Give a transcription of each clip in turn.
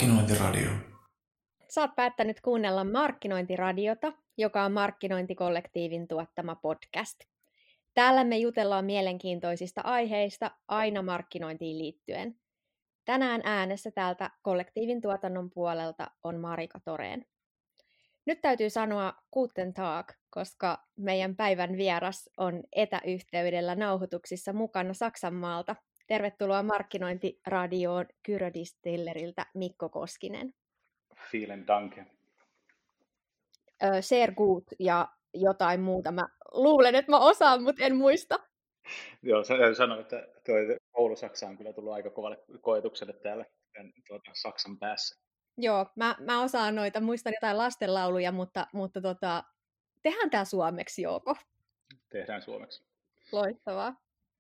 Markkinointiradio. Sä oot päättänyt kuunnella Markkinointiradiota, joka on Markkinointikollektiivin tuottama podcast. Täällä me jutellaan mielenkiintoisista aiheista aina markkinointiin liittyen. Tänään äänessä täältä kollektiivin tuotannon puolelta on Marika Toreen. Nyt täytyy sanoa Guten Tag, koska meidän päivän vieras on etäyhteydellä nauhoituksissa mukana Saksanmaalta. Tervetuloa Markkinointiradioon Kyrö Distilleriltä Mikko Koskinen. Vielen Dank. Sehr gut ja jotain muuta. Mä luulen, että mä osaan, mutta en muista. Joo, sanoin, että tuo Oulu-Saksa on kyllä tullut aika kovalle koetukselle täällä Saksan päässä. Joo, mä osaan noita, muistan jotain lastenlauluja, mutta tehdään tää suomeksi, Jouko. Tehdään suomeksi. Loistavaa.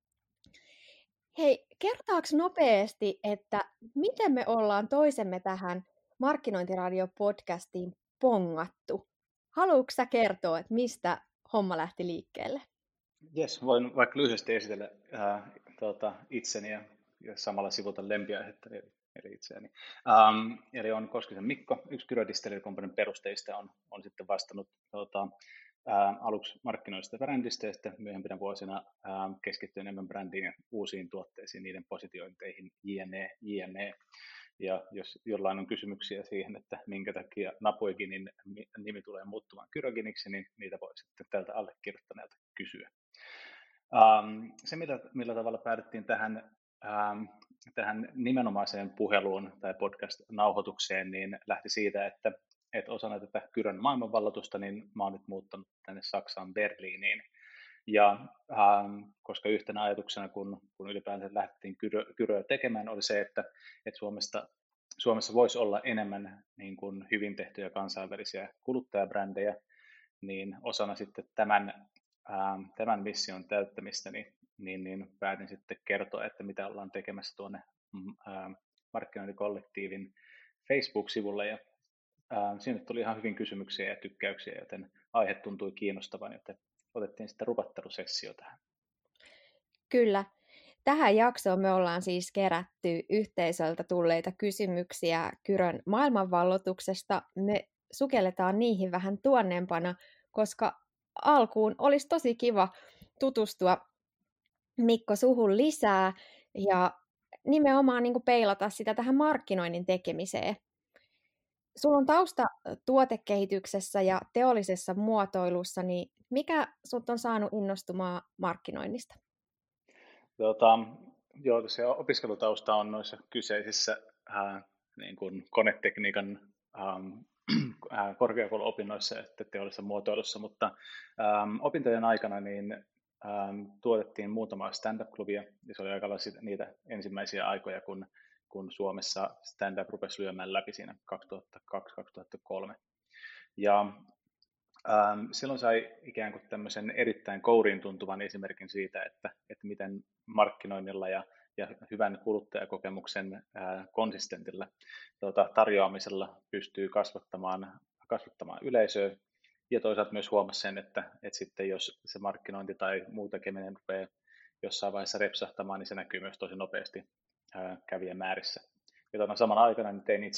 Hei, kertaaks nopeasti, että miten me ollaan toisemme tähän Markkinointiradio-podcastiin pongattu? Haluatko sä kertoa, että mistä homma lähti liikkeelle? Jes, voin vaikka lyhyesti esitellä itseni ja samalla sivuta lempiaihetta, eli itseäni. Eli on Koskisen Mikko, yksi Kyrö Distillery Companyn perusteista on sitten vastannut aluksi markkinoista ja brändistä ja sitten myöhempinä vuosina keskittyy enemmän brändiin ja uusiin tuotteisiin, niiden positiointeihin, jne. Ja jos jollain on kysymyksiä siihen, että minkä takia Napoiginin nimi tulee muuttumaan Kyroginiksi, niin niitä voi sitten tältä allekirjoittaneelta kysyä. Se, millä tavalla päädyttiin tähän nimenomaiseen puheluun tai podcast-nauhoitukseen, niin lähti siitä, että osana tätä Kyrön maailmanvallatusta, niin mä oon nyt muuttanut tänne Saksaan Berliiniin. Ja koska yhtenä ajatuksena, kun ylipäänsä lähdettiin Kyröä tekemään, oli se, että Suomessa voisi olla enemmän niin kuin hyvin tehtyjä kansainvälisiä kuluttajabrändejä, niin osana sitten tämän mission täyttämistä, niin päätin sitten kertoa, että mitä ollaan tekemässä tuonne markkinointikollektiivin Facebook-sivulle, ja sinne tuli ihan hyvin kysymyksiä ja tykkäyksiä, joten aihe tuntui kiinnostavan, joten otettiin sitten rupattelusessio tähän. Kyllä. Tähän jaksoon me ollaan siis kerätty yhteisöltä tulleita kysymyksiä Kyrön maailmanvalloituksesta. Me sukelletaan niihin vähän tuonnempana, koska alkuun olisi tosi kiva tutustua Mikko suhun lisää ja nimenomaan niin kuin peilata sitä tähän markkinoinnin tekemiseen. Sulla on tausta tuotekehityksessä ja teollisessa muotoilussa, niin mikä sut on saanut innostumaan markkinoinnista? Joo, se opiskelutausta on noissa kyseisissä niin kuin konetekniikan korkeakouluopinnoissa ja teollisessa muotoilussa, mutta opintojen aikana niin tuotettiin muutama stand-up-klubia, ja se oli aika niitä ensimmäisiä aikoja, kun Suomessa stand-up rupesi lyömään läpi siinä 2002-2003. Ja silloin sai ikään kuin tämmöisen erittäin kouriin tuntuvan esimerkin siitä, että miten markkinoinnilla ja hyvän kuluttajakokemuksen konsistentilla tarjoamisella pystyy kasvattamaan yleisöä. Ja toisaalta myös huomasi sen, että sitten jos se markkinointi tai muu tekeminen rupeaa jossain vaiheessa repsahtamaan, niin se näkyy myös tosi nopeasti kävijämäärissä. Ja samana aikana niin tein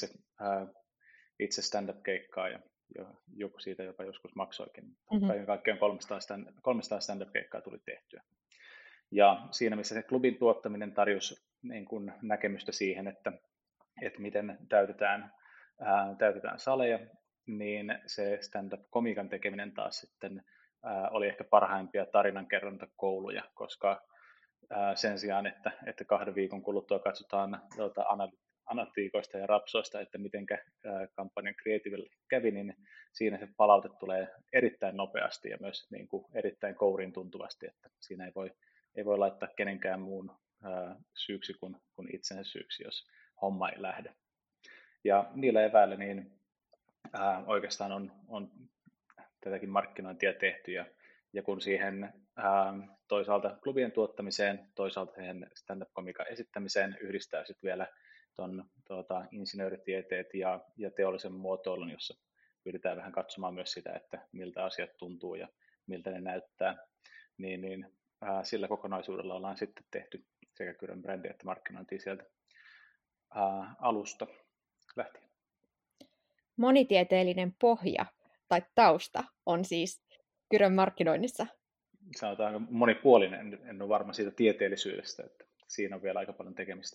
itse stand-up-keikkaa ja joku siitä jopa joskus maksoikin. Kaiken kaikkiaan 300 stand-up-keikkaa tuli tehtyä. Ja siinä, missä se klubin tuottaminen tarjosi niin kuin näkemystä siihen, että miten täytetään saleja, niin se stand-up-komiikan tekeminen taas sitten oli ehkä parhaimpia tarinankerrontakouluja, koska sen sijaan, että 2 viikon kuluttua katsotaan analytiikoista ja rapsoista, että miten kampanjan creativelle kävi, niin siinä se palaute tulee erittäin nopeasti ja myös niin kuin erittäin kouriin tuntuvasti, että siinä ei voi laittaa kenenkään muun syyksi kuin itsensä syyksi, jos homma ei lähde. Ja niillä eväillä niin oikeastaan on tätäkin markkinointia tehty, ja kun siihen toisaalta klubien tuottamiseen, toisaalta siihen stand-up-komiikan esittämiseen yhdistää sitten vielä tuon insinööritieteet ja teollisen muotoilun, jossa pyritään vähän katsomaan myös sitä, että miltä asiat tuntuu ja miltä ne näyttää, niin sillä kokonaisuudella ollaan sitten tehty sekä Kyrön brändi että markkinointia sieltä alusta. lähtien. Monitieteellinen pohja tai tausta on siis Kyrön markkinoinnissa. Sanotaan monipuolinen, en ole varma siitä tieteellisyydestä, että siinä on vielä aika paljon tekemistä.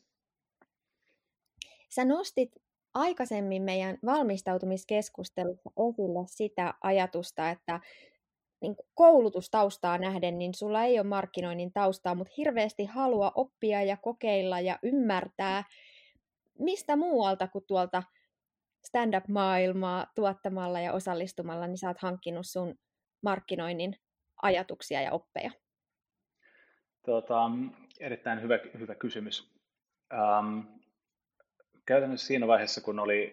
Sä nostit aikaisemmin meidän valmistautumiskeskustelussa esille sitä ajatusta, että niin koulutustaustaa nähden, niin sulla ei ole markkinoinnin taustaa, mutta hirveästi halua oppia ja kokeilla ja ymmärtää, mistä muualta kuin tuolta stand-up-maailmaa tuottamalla ja osallistumalla, niin sä oot hankkinut sun markkinoinnin ajatuksia ja oppeja. Erittäin hyvä kysymys. Käytännössä siinä vaiheessa, kun oli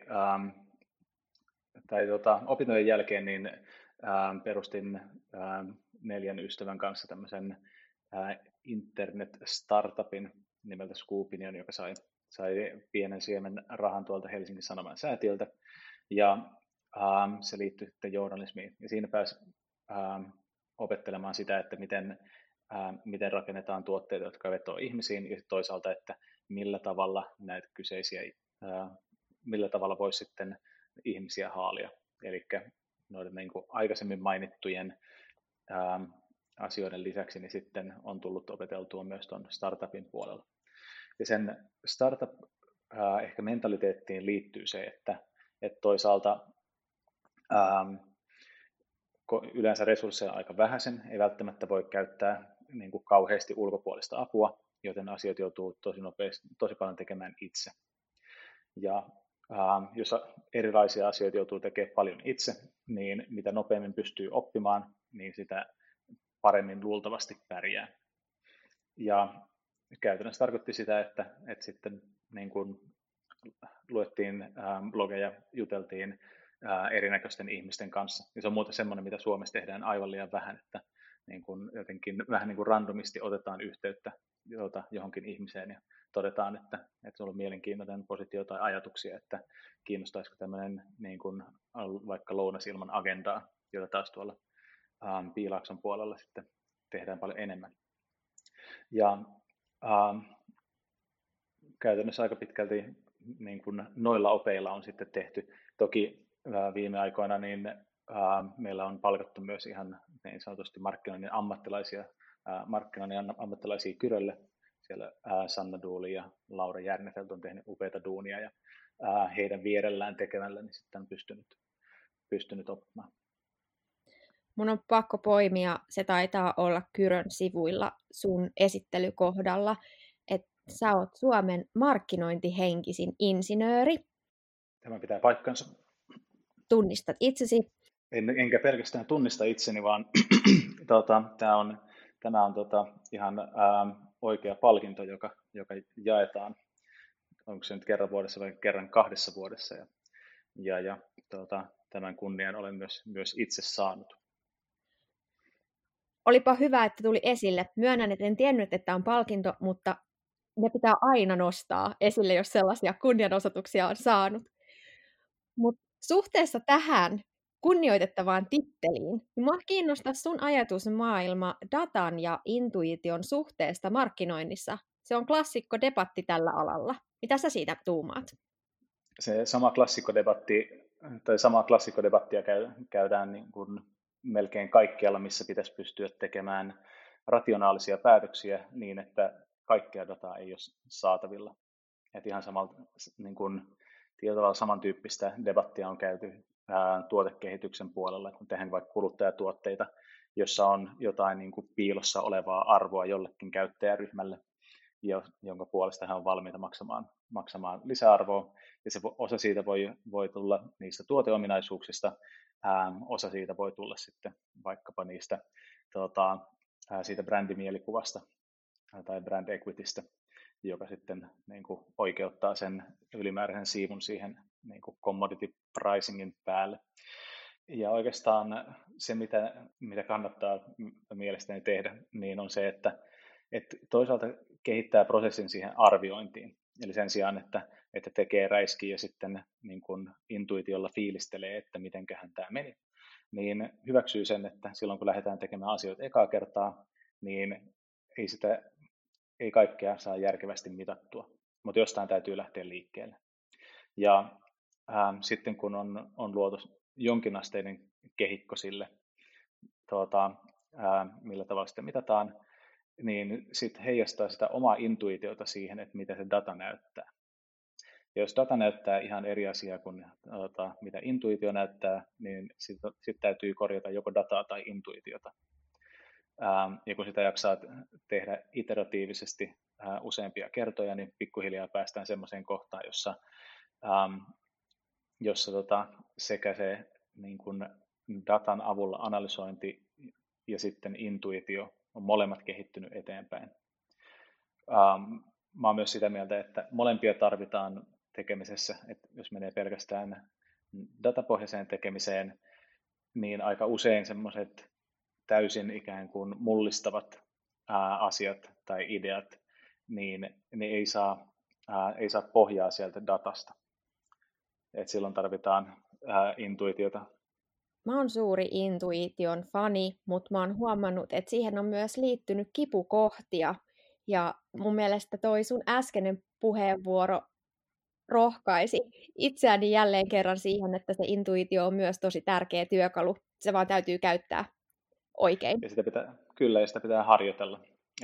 opintojen jälkeen, niin perustin 4 ystävän kanssa tämmöisen internet-startupin nimeltä Scoopinion, joka sai pienen siemen rahan tuolta Helsingin Sanoman säätiöltä, ja se liittyi sitten journalismiin, ja siinä pääsi opettelemaan sitä, että miten rakennetaan tuotteita, jotka vetoo ihmisiin, ja toisaalta, että millä tavalla näitä kyseisiä, millä tavalla voisi sitten ihmisiä haalia. Eli noiden niin kuin aikaisemmin mainittujen asioiden lisäksi niin sitten on tullut opeteltua myös tuon startupin puolella. Ja sen startup ehkä mentaliteettiin liittyy se, että toisaalta yleensä resursseja aika vähäisen, ei välttämättä voi käyttää niin kuin kauheasti ulkopuolista apua, joten asiat joutuu tosi paljon tekemään itse. Ja jos erilaisia asioita joutuu tekemään paljon itse, niin mitä nopeammin pystyy oppimaan, niin sitä paremmin luultavasti pärjää. Ja käytännössä tarkoitti sitä, että sitten niin kuin luettiin blogeja, juteltiin erinäköisten ihmisten kanssa. Ja se on muuten semmoinen, mitä Suomessa tehdään aivan liian vähän, että niin kuin jotenkin vähän niin kuin randomisti otetaan yhteyttä johonkin ihmiseen ja todetaan, että se on mielenkiintoinen positio tai ajatuksia, että kiinnostaisiko tämmöinen niin kuin vaikka lounas ilman agendaa, jota taas tuolla Piilaakson puolella sitten tehdään paljon enemmän. Ja käytännössä aika pitkälti niin kuin noilla opeilla on sitten tehty. Toki viime aikoina niin meillä on palkattu myös ihan niin sanotusti markkinoinnin ammattilaisia Kyrölle. Siellä Sanna Duuli ja Laura Järnefelt on tehnyt upeata duunia ja heidän vierellään tekemällä niin sitten on pystynyt oppimaan. Mun on pakko poimia, se taitaa olla Kyrön sivuilla sun esittelykohdalla, että sä oot Suomen markkinointihenkisin insinööri. Tämä pitää paikkansa. Tunnistat itsesi? Enkä pelkästään tunnista itseni, vaan tämä on ihan oikea palkinto, joka jaetaan, onko se nyt kerran vuodessa vai kerran 2 vuodessa. Ja tämän kunnian olen myös itse saanut. Olipa hyvä, että tuli esille. Myönnän, että en tiennyt, että on palkinto, mutta ne pitää aina nostaa esille, jos sellaisia kunnianosoituksia on saanut. Mutta suhteessa tähän kunnioitettavaan titteliin, niin mua kiinnostaa sun ajatusmaailma datan ja intuition suhteesta markkinoinnissa. Se on klassikko debatti tällä alalla. Mitä sä siitä tuumaat? Se samaa klassikkodebattia käydään niin kuin melkein kaikkialla, missä pitäisi pystyä tekemään rationaalisia päätöksiä niin, että kaikkea dataa ei ole saatavilla. Et ihan niin kuin, tietyllä tavalla samantyyppistä debattia on käyty tuotekehityksen puolella, kun tehdään vaikka kuluttajatuotteita, jossa on jotain niin kuin piilossa olevaa arvoa jollekin käyttäjäryhmälle, jonka puolesta he on valmiita maksamaan lisäarvoa. Ja osa siitä voi tulla niistä tuoteominaisuuksista, osa siitä voi tulla sitten vaikkapa siitä brändimielikuvasta tai brand equitystä, joka sitten niin kuin oikeuttaa sen ylimääräisen siivun siihen niin kuin commodity pricingin päälle. Ja oikeastaan se, mitä kannattaa mielestäni tehdä, niin on se, että toisaalta kehittää prosessin siihen arviointiin. Eli sen sijaan, että tekee räiskiä ja sitten niin kuin intuitiolla fiilistelee, että mitenköhän tämä meni, niin hyväksyy sen, että silloin kun lähdetään tekemään asioita ekaa kertaa, niin ei kaikkea saa järkevästi mitattua, mutta jostain täytyy lähteä liikkeelle. Ja sitten kun on luotu jonkinasteinen kehikko sille, millä tavalla sitä mitataan, niin sitten heijastaa sitä omaa intuitiota siihen, että mitä se data näyttää. Ja jos data näyttää ihan eri asiaa kuin mitä intuitio näyttää, niin sitten täytyy korjata joko dataa tai intuitiota. Ja kun sitä jaksaa tehdä iteratiivisesti useampia kertoja, niin pikkuhiljaa päästään semmoiseen kohtaan, jossa sekä se niin kun datan avulla analysointi ja sitten intuitio on molemmat kehittynyt eteenpäin. Mä oon myös sitä mieltä, että molempia tarvitaan tekemisessä, että jos menee pelkästään datapohjaiseen tekemiseen, niin aika usein semmoiset täysin ikään kuin mullistavat asiat tai ideat, niin ne ei saa pohjaa sieltä datasta. Et silloin tarvitaan intuitiota. Mä oon suuri intuition fani, mutta mä oon huomannut, että siihen on myös liittynyt kipukohtia. Ja mun mielestä toi sun äskeinen puheenvuoro rohkaisi itseäni jälleen kerran siihen, että se intuitio on myös tosi tärkeä työkalu. Se vaan täytyy käyttää oikein. Ja sitä pitää harjoitella.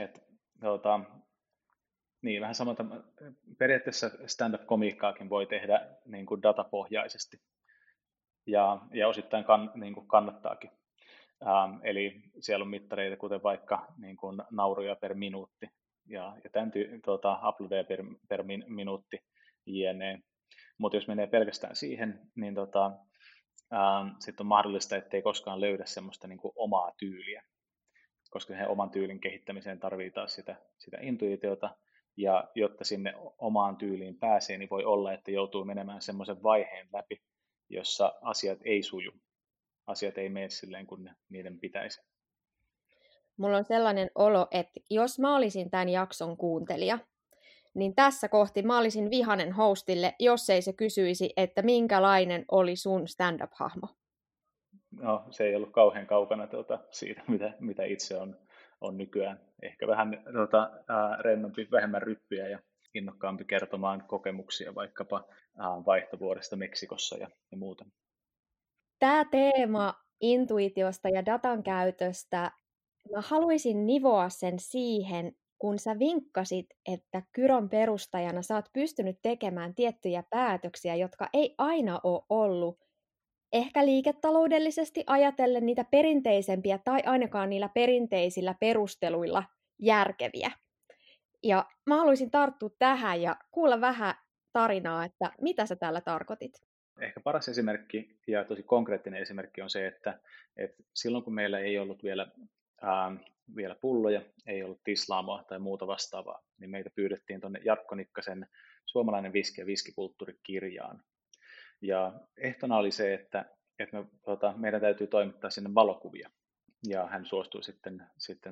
Niin, vähän samalta, periaatteessa stand-up-komiikkaakin voi tehdä niin kuin datapohjaisesti. Ja osittain niin kuin kannattaakin. Eli siellä on mittareita, kuten vaikka niin kuin nauruja per minuutti ja uploadeja per minuutti jne. Mutta jos menee pelkästään siihen, niin sitten on mahdollista, ettei koskaan löydä semmoista niin kuin omaa tyyliä, koska sen oman tyylin kehittämiseen tarvitsee taas sitä intuitiota, ja jotta sinne omaan tyyliin pääsee, niin voi olla, että joutuu menemään semmoisen vaiheen läpi, jossa asiat ei suju. Asiat ei mene silleen, kun niiden pitäisi. Mulla on sellainen olo, että jos mä olisin tämän jakson kuuntelija, niin tässä kohti mä olisin vihanen hostille, jos ei se kysyisi, että minkälainen oli sun stand-up-hahmo. No, se ei ollut kauhean kaukana siitä, mitä itse on nykyään. Ehkä vähän rennompi, vähemmän ryppyjä ja innokkaampi kertomaan kokemuksia vaikkapa vaihtovuodesta Meksikossa ja muuta. Tämä teema intuitiosta ja datan käytöstä, mä haluaisin nivoa sen siihen, kun sä vinkkasit, että Kyron perustajana sä oot pystynyt tekemään tiettyjä päätöksiä, jotka ei aina ole ollut ehkä liiketaloudellisesti ajatellen niitä perinteisempiä tai ainakaan niillä perinteisillä perusteluilla järkeviä. Ja mä haluaisin tarttua tähän ja kuulla vähän tarinaa, että mitä sä tällä tarkoitit. Ehkä paras esimerkki ja tosi konkreettinen esimerkki on se, että silloin kun meillä ei ollut vielä pulloja, ei ollut tislaamoa tai muuta vastaavaa, niin meitä pyydettiin tuonne Jarkko Nikkasen Suomalainen viski ja viskikulttuuri -kirjaan. Ja ehtona oli se, että meidän täytyy toimittaa sinne valokuvia. Ja hän suostui sitten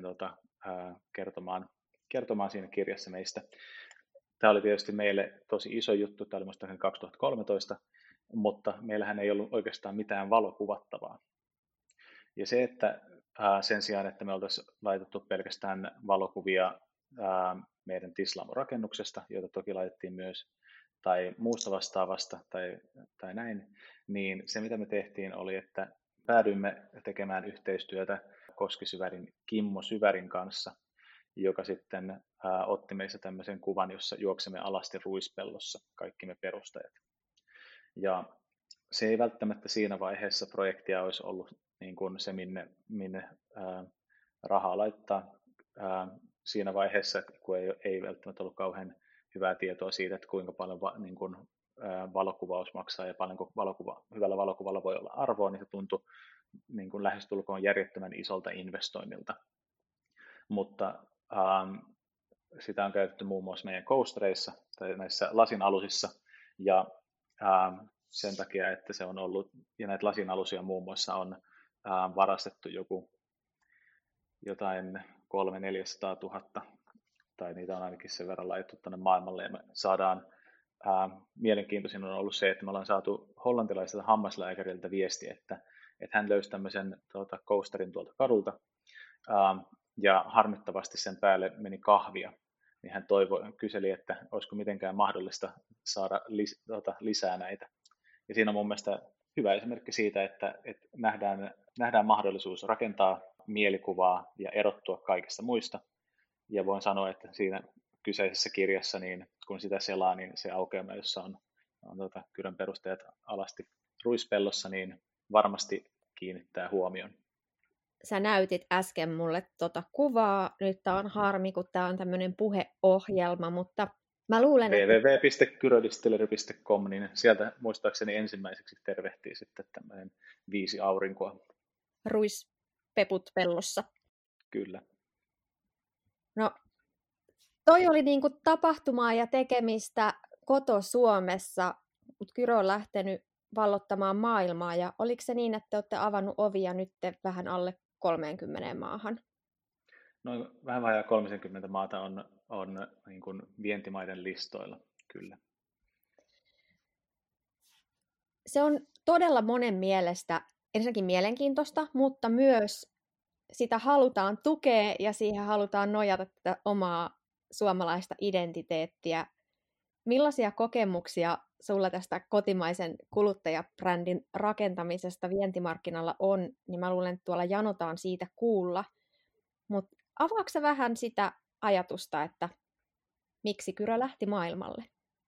kertomaan siinä kirjassa meistä. Tämä oli tietysti meille tosi iso juttu, tämä oli muistaakseni 2013, mutta meillähän ei ollut oikeastaan mitään valokuvattavaa. Ja se, että sen sijaan, että me oltaisiin laitettu pelkästään valokuvia meidän Tislaamo-rakennuksesta, joita toki laitettiin myös, tai muusta vastaavasta tai näin, niin se mitä me tehtiin oli, että päädyimme tekemään yhteistyötä Koskisyvärin Kimmo Syvärin kanssa, joka sitten otti meissä tämmöisen kuvan, jossa juoksemme alasti ruispellossa, kaikki me perustajat. Ja se ei välttämättä siinä vaiheessa projektia olisi ollut niin kuin se, minne rahaa laittaa siinä vaiheessa, kun ei välttämättä ollut kauhean hyvää tietoa siitä, että kuinka paljon valokuvaus maksaa ja paljonko hyvällä valokuvalla voi olla arvoa, niin se tuntui niin kuin lähestulkoon järjettömän isolta investoinnilta. Mutta sitä on käytetty muun muassa meidän coastereissa tai näissä lasinalusissa, ja sen takia, että se on ollut, ja näitä lasinalusia muun muassa on varastettu jotain 300 000 - 400 000, tai niitä on ainakin sen verran laitettu tuonne maailmalle, ja me saadaan, mielenkiintoisin on ollut se, että me ollaan saatu hollantilaiselta hammaslääkäriltä viesti, että hän löysi tämmöisen coasterin tuolta kadulta, ja harmittavasti sen päälle meni kahvia, niin hän kyseli, että olisiko mitenkään mahdollista saada lisää näitä. Ja siinä on mun mielestä hyvä esimerkki siitä, että nähdään mahdollisuus rakentaa mielikuvaa ja erottua kaikista muista. Ja voin sanoa, että siinä kyseisessä kirjassa, niin kun sitä selaa, niin se aukeama, jossa on Kyrön perusteet alasti ruispellossa, niin varmasti kiinnittää huomion. Sä näytit äsken mulle tota kuvaa. Nyt tää on harmi, kun tää on tämmöinen puheohjelma, mutta mä luulen, että www.kyrodistillery.com, niin sieltä muistaakseni ensimmäiseksi tervehtii sitten tämmöinen 5 aurinkoa. ruispeput pellossa. Kyllä. No, toi oli niinku tapahtumaa ja tekemistä koto-Suomessa, mutta Kyro on lähtenyt vallottamaan maailmaa. Ja oliko se niin, että te olette avannut ovia nyt vähän alle 30 maahan? Noin vähän vajaa 30 maata on niin kuin vientimaiden listoilla, kyllä. Se on todella monen mielestä ensinnäkin mielenkiintoista, mutta myös sitä halutaan tukea ja siihen halutaan nojata tätä omaa suomalaista identiteettiä. Millaisia kokemuksia sulla tästä kotimaisen kuluttajabrändin rakentamisesta vientimarkkinalla on, niin mä luulen, että tuolla janotaan siitä kuulla. Mutta avaatko sä vähän sitä ajatusta, että miksi Kyrö lähti maailmalle?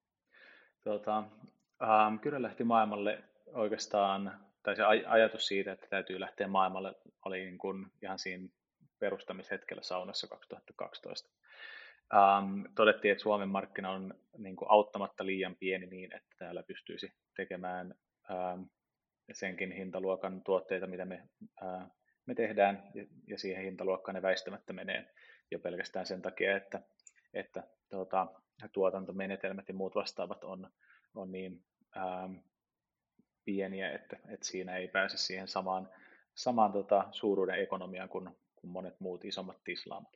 Kyrö lähti maailmalle oikeastaan, tai se ajatus siitä, että täytyy lähteä maailmalle, oli niin kuin ihan siinä perustamishetkellä saunassa 2012. Todettiin, että Suomen markkina on niin kuin auttamatta liian pieni niin, että täällä pystyisi tekemään senkin hintaluokan tuotteita, mitä me tehdään, ja siihen hintaluokkaan ne väistämättä menee jo pelkästään sen takia, että tuotantomenetelmät ja muut vastaavat on niin pieniä, että siinä ei pääse siihen samaan suuruuden ekonomiaan kuin monet muut isommat tislaamat.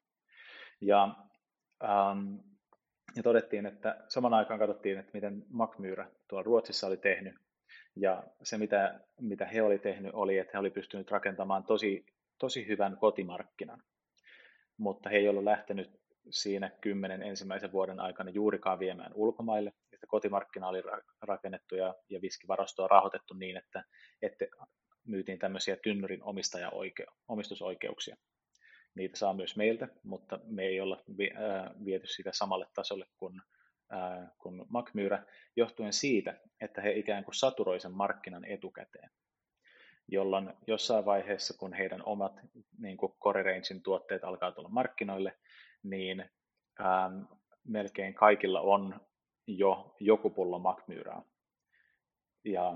Ja todettiin, että saman aikaan katsottiin, että miten Mackmyra tuolla Ruotsissa oli tehnyt. Ja se, mitä he oli tehnyt, oli, että he oli pystynyt rakentamaan tosi hyvän kotimarkkinan. Mutta he ei ollut lähtenyt siinä 10 ensimmäisen vuoden aikana juurikaan viemään ulkomaille. Että kotimarkkina oli rakennettu ja viskivarastoa rahoitettu niin, että myytiin tämmöisiä tynnyrin omistusoikeuksia. Niitä saa myös meiltä, mutta me ei olla viety sitä samalle tasolle kuin Mackmyra, johtuen siitä, että he ikään kuin saturoi sen markkinan etukäteen, jolloin jossain vaiheessa, kun heidän omat niin kuin core rangein tuotteet alkaa tulla markkinoille, niin melkein kaikilla on jo joku pullo Mackmyraa. Ja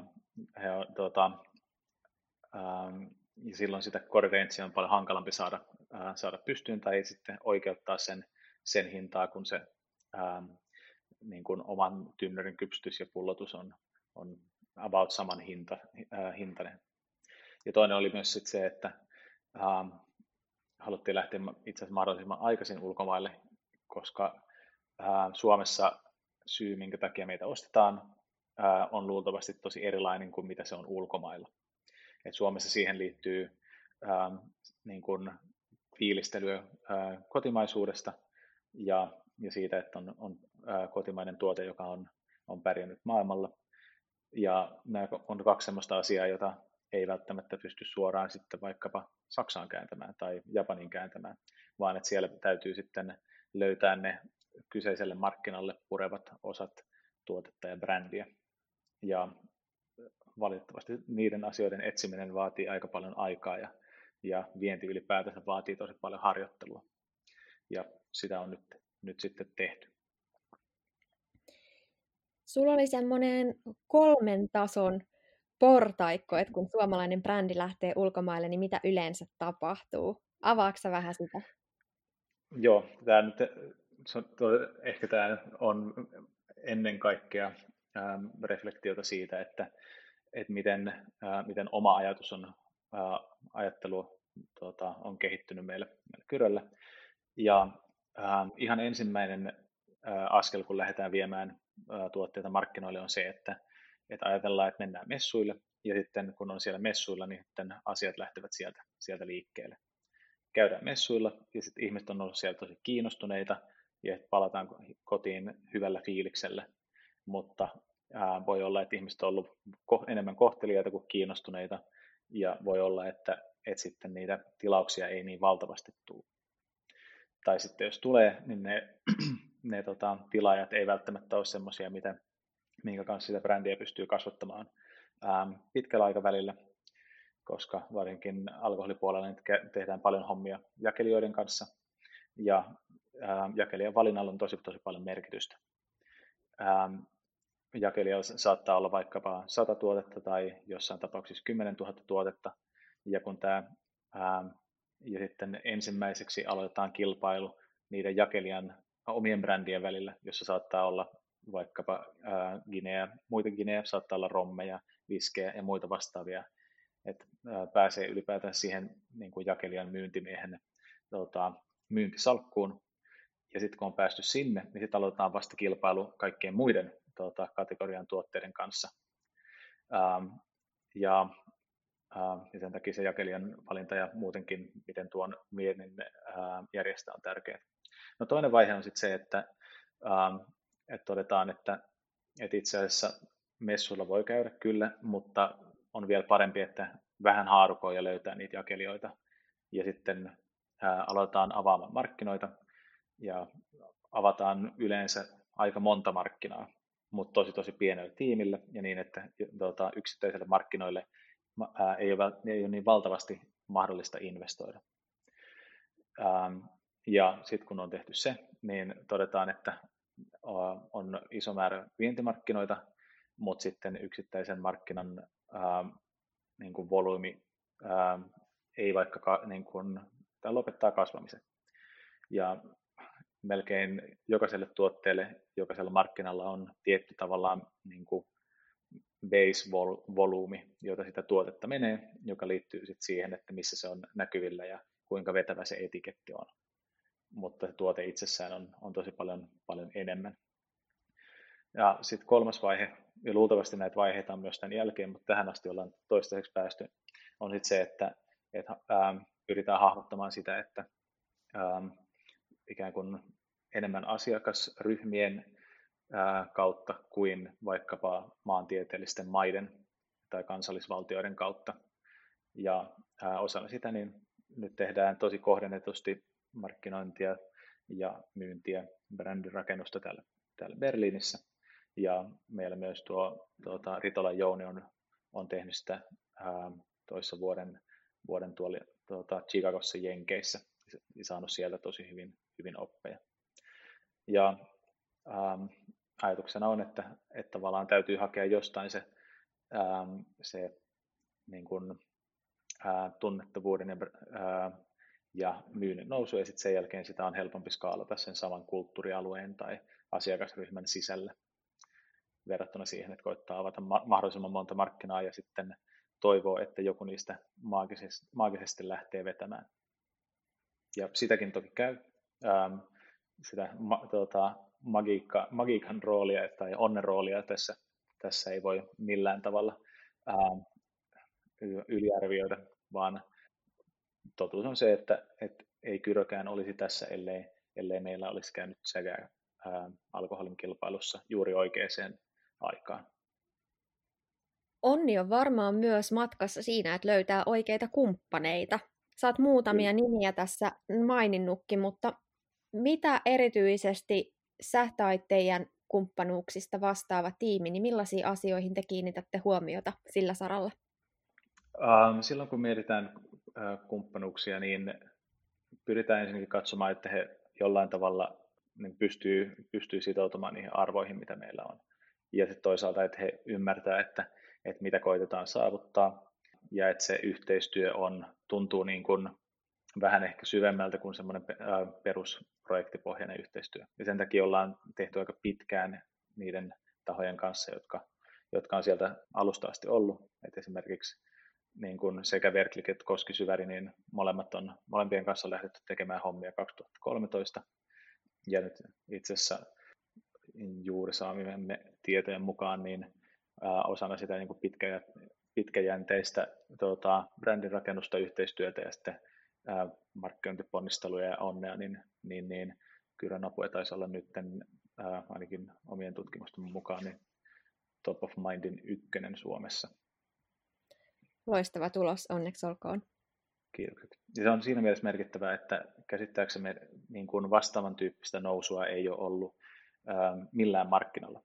silloin sitä core rangea on paljon hankalampi saada pystyyn tai sitten oikeuttaa sen hintaa, kun se niin kuin oman tynnyrin kypsytys ja pullotus on about saman hintainen. Ja toinen oli myös sit se, että haluttiin lähteä itse asiassa mahdollisimman aikaisin ulkomaille, koska Suomessa syy, minkä takia meitä ostetaan, on luultavasti tosi erilainen kuin mitä se on ulkomailla. Et Suomessa siihen liittyy niin kuin fiilistelyä kotimaisuudesta ja siitä, että on kotimainen tuote, joka on pärjännyt maailmalla. Ja nämä on 2 sellaista asiaa, jota ei välttämättä pysty suoraan sitten vaikkapa Saksaan kääntämään tai Japanin kääntämään, vaan että siellä täytyy sitten löytää ne kyseiselle markkinalle purevat osat tuotetta ja brändiä. Ja valitettavasti niiden asioiden etsiminen vaatii aika paljon aikaa ja vienti ylipäätänsä vaatii tosi paljon harjoittelua. Ja sitä on nyt sitten tehty. Sulla oli semmoinen 3 tason portaikko, että kun suomalainen brändi lähtee ulkomaille, niin mitä yleensä tapahtuu? Avaatko sä vähän sitä? Joo, ehkä tämä on ennen kaikkea reflektiota siitä, että miten oma ajattelu on kehittynyt meillä Kyröllä. Ja ihan ensimmäinen askel, kun lähdetään viemään tuotteita markkinoille, on se, että ajatellaan, että mennään messuille, ja sitten kun on siellä messuilla, niin sitten asiat lähtevät sieltä liikkeelle. Käydään messuilla, ja sitten ihmiset on ollut siellä tosi kiinnostuneita, ja palataan kotiin hyvällä fiiliksellä, mutta Voi olla, että ihmiset on ollut enemmän kohteliaita kuin kiinnostuneita, ja voi olla, että sitten niitä tilauksia ei niin valtavasti tule. Tai sitten jos tulee, niin ne tilaajat ei välttämättä ole semmoisia, minkä kanssa sitä brändiä pystyy kasvattamaan pitkällä aikavälillä, koska varsinkin alkoholipuolella tehdään paljon hommia jakelijoiden kanssa, ja jakelijan valinnalla on tosi paljon merkitystä. Jakelijalla saattaa olla vaikkapa 100 tuotetta tai jossain tapauksessa 10 000 tuotetta, ja kun ja sitten ensimmäiseksi aloitetaan kilpailu niiden jakelijan omien brändien välillä, jossa saattaa olla vaikkapa muita Guinea, saattaa olla rommeja, viskejä ja muita vastaavia, että pääsee ylipäätään siihen niin kuin jakelijan myyntimiehen myyntisalkkuun. Ja sitten kun on päästy sinne, niin sitten aloitetaan vasta kilpailu kaikkien muiden kategorian tuotteiden kanssa. Ja sen takia se jakelijan valinta ja muutenkin, miten tuon viennin järjestää, on tärkeää. No toinen vaihe on sitten se, että todetaan, että itse asiassa messuilla voi käydä kyllä, mutta on vielä parempi, että vähän haarukoi ja löytää niitä jakelijoita. Ja sitten aloitetaan avaamaan markkinoita, ja avataan yleensä aika monta markkinaa, mutta tosi pienelle tiimille, ja niin, että yksittäisille markkinoille ei ole niin valtavasti mahdollista investoida. Ja sitten kun on tehty se, niin todetaan, että on iso määrä vientimarkkinoita, mutta sitten yksittäisen markkinan niin kuin volyymi ei vaikka niin kuin, tai lopettaa kasvamisen. Ja melkein jokaiselle tuotteelle, jokaisella markkinalla on tietty tavallaan niin kuin base-volyymi, jota sitä tuotetta menee, joka liittyy sitten siihen, että missä se on näkyvillä ja kuinka vetävä se etiketti on. Mutta se tuote itsessään on tosi paljon enemmän. Ja sitten kolmas vaihe, ja luultavasti näitä vaiheita on myös tämän jälkeen, mutta tähän asti ollaan toistaiseksi päästy, on sitten se, että pyritään hahmottamaan sitä, että ikään kuin enemmän asiakasryhmien kautta kuin vaikkapa maantieteellisten maiden tai kansallisvaltioiden kautta. Ja osana sitä niin nyt tehdään tosi kohdennetusti markkinointia ja myyntiä, brändirakennusta täällä Berliinissä. Ja meillä myös Ritola Jouni on tehnyt sitä toissa vuoden tuolla Chicagossa Jenkeissä ja saanut sieltä tosi hyvin oppeja. Ja ajatuksena on, että tavallaan täytyy hakea jostain se niin kuin, tunnettavuuden ja myynnin nousu, ja sitten sen jälkeen sitä on helpompi skaalata sen saman kulttuurialueen tai asiakasryhmän sisällä verrattuna siihen, että koittaa avata mahdollisimman monta markkinaa ja sitten toivoo, että joku niistä maagisesti lähtee vetämään. Ja sitäkin toki käy. Sitä magiikan roolia tai onnen roolia tässä ei voi millään tavalla yliarvioida, vaan totuus on se, että ei Kyrökään olisi tässä, ellei meillä olisi käynyt sekä alkoholin kilpailussa juuri oikeaan aikaan. Onni on varmaan myös matkassa siinä, että löytää oikeita kumppaneita. Sä oot muutamia nimiä tässä maininnutkin, mutta mitä erityisesti sä tai teidän kumppanuuksista vastaava tiimi, niin millaisiin asioihin te kiinnitätte huomiota sillä saralla? Silloin kun mietitään kumppanuuksia, niin pyritään ensinnäkin katsomaan, että he jollain tavalla niin pystyy sitoutumaan niihin arvoihin, mitä meillä on. Ja sitten toisaalta, että he ymmärtää, että mitä koitetaan saavuttaa, ja että se yhteistyö tuntuu niin kuin vähän ehkä syvemmältä kuin semmoinen perusprojektipohjainen yhteistyö. Ja sen takia ollaan tehty aika pitkään niiden tahojen kanssa, jotka on sieltä alusta asti ollut. Et esimerkiksi niin kuin sekä Verklik että Koskisyväri, niin molempien kanssa on lähdetty tekemään hommia 2013. Ja nyt itse asiassa juuri saamimme tietojen mukaan niin osana sitä niin kuin pitkäjänteistä brändin rakennusta, yhteistyötä ja sitten markkinointiponnisteluja ja onnea, niin Kyrön apuja taisi olla nyt ainakin omien tutkimusten mukaan niin top of mindin ykkönen Suomessa. Loistava tulos, onneksi olkoon. Kiitokset. Ja se on siinä mielessä merkittävää, että käsittääksemme niin kuin vastaavan tyyppistä nousua ei ole ollut millään markkinalla.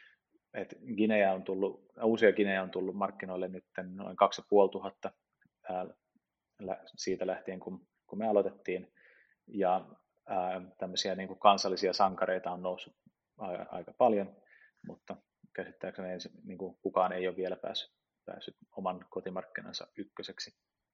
Uusia Guinea on tullut markkinoille nyt noin 2500 siitä lähtien, kun me aloitettiin, ja tämmöisiä niin kuin kansallisia sankareita on noussut aika paljon, mutta käsittääkseni niin kuin kukaan ei ole vielä päässyt oman kotimarkkinansa ykköseksi.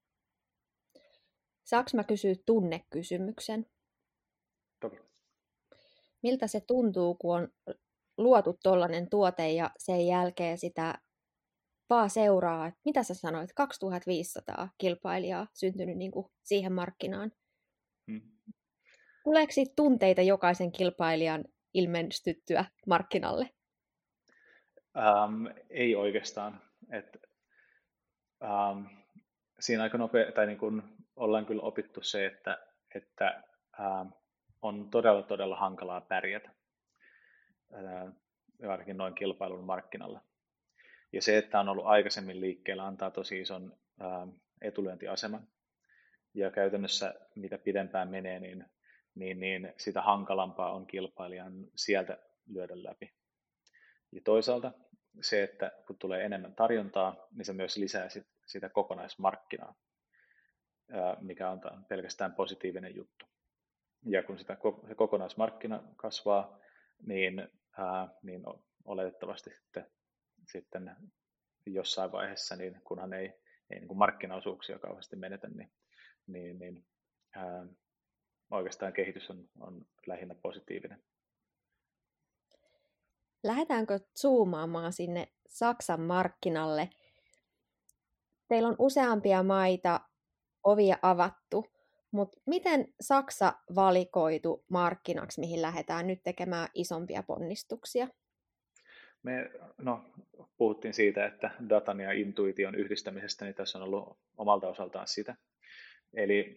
Saanko mä kysyä tunnekysymyksen? Toki. Miltä se tuntuu, kun on luotu tollainen tuote ja sen jälkeen sitä vaan seuraa, että mitä sä sanoit, 2500 kilpailijaa syntynyt niin kuin siihen markkinaan. Tuleeko siitä tunteita jokaisen kilpailijan ilmestyttyä markkinalle? Ei oikeastaan. Siinä aika niin kuin ollaan kyllä opittu se, että on todella, todella hankalaa pärjätä, varsinkin noin kilpailun markkinalla. Ja se, että on ollut aikaisemmin liikkeellä, antaa tosi ison etulyöntiaseman. Ja käytännössä mitä pidempään menee, niin sitä hankalampaa on kilpailijan sieltä lyödä läpi. Ja toisaalta se, että kun tulee enemmän tarjontaa, niin se myös lisää sitä kokonaismarkkinaa, mikä on pelkästään positiivinen juttu. Ja kun se kokonaismarkkina kasvaa, niin oletettavasti sitten jossain vaiheessa, niin kunhan ei niin kuin markkinaosuuksia kauheasti menetä, niin oikeastaan kehitys on lähinnä positiivinen. Lähdetäänkö zoomaamaan sinne Saksan markkinalle? Teillä on useampia maita, ovia avattu, mutta miten Saksa valikoitu markkinaksi, mihin lähdetään nyt tekemään isompia ponnistuksia? Me puhuttiin siitä, että datan ja intuition yhdistämisestä, niin tässä on ollut omalta osaltaan sitä. Eli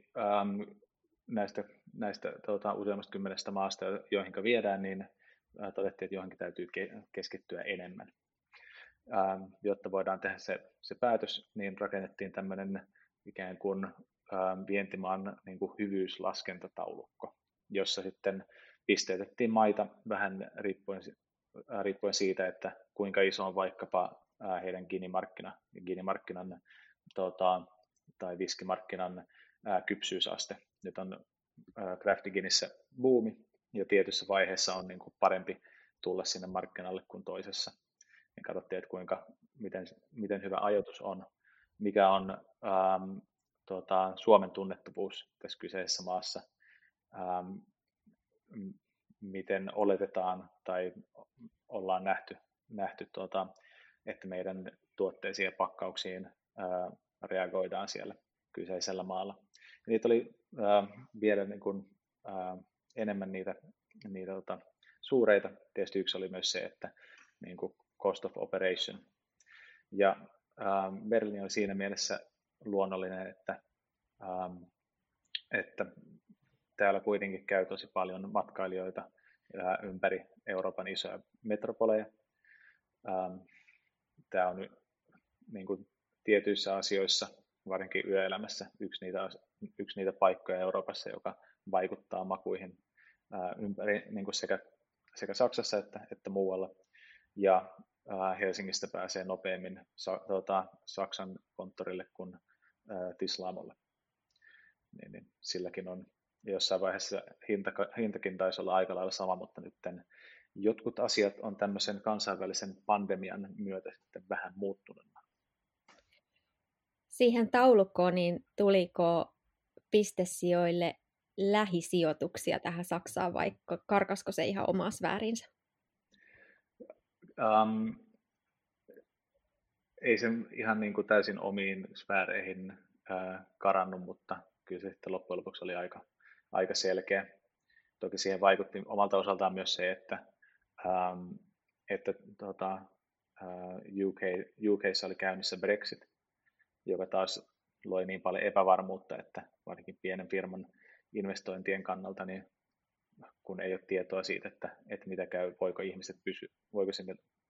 näistä useammasta 10 maasta, joihin viedään, niin todettiin, että johonkin täytyy keskittyä enemmän. Jotta voidaan tehdä se päätös, niin rakennettiin tämmöinen ikään kuin vientimaan niin kuin hyvyyslaskentataulukko, jossa sitten pisteytettiin maita vähän riippuen siitä, että kuinka iso on vaikkapa heidän Gini-markkinan tai viskimarkkinan kypsyysaste. Nyt on Crafty Guinnessissä buumi, ja tietyssä vaiheessa on niin kuin parempi tulla sinne markkinalle kuin toisessa. Ja katsottiin, että miten hyvä ajoitus on, mikä on Suomen tunnettavuus tässä kyseisessä maassa, miten oletetaan tai ollaan nähty että meidän tuotteisiin ja pakkauksiin reagoidaan siellä kyseisellä maalla. Ja niitä oli vielä niin kuin, enemmän niitä suureita. Tietysti yksi oli myös se, että niin kuin cost of operation. Ja Berliini oli siinä mielessä luonnollinen, että täällä kuitenkin käy tosi paljon matkailijoita ympäri Euroopan isoja metropoleja. Tämä on niin kuin tietyissä asioissa, varsinkin yöelämässä, yksi niitä paikkoja Euroopassa, joka vaikuttaa makuihin ympäri niin kuin sekä Saksassa että muualla. Ja Helsingistä pääsee nopeammin Saksan konttorille kuin Tislaamolle. Niin silläkin on jossain vaiheessa hintakin taisi olla aika lailla sama, mutta nyt jotkut asiat on tämmöisen kansainvälisen pandemian myötä sitten vähän muuttunut. Siihen taulukkoon, niin tuliko pistesijoille lähisijoituksia tähän Saksaan, vaikka karkasko se ihan omaa sfäärinsä? Ei se ihan niin kuin täysin omiin sfääreihin karannut, mutta kyllä se sitten loppujen lopuksi oli aika selkeä. Toki siihen vaikutti omalta osaltaan myös se, että UK:ssa oli käynnissä Brexit, joka taas loi niin paljon epävarmuutta, että varsinkin pienen firman investointien kannalta, niin kun ei ole tietoa siitä, että mitä käy, voiko ihmiset voiko sinne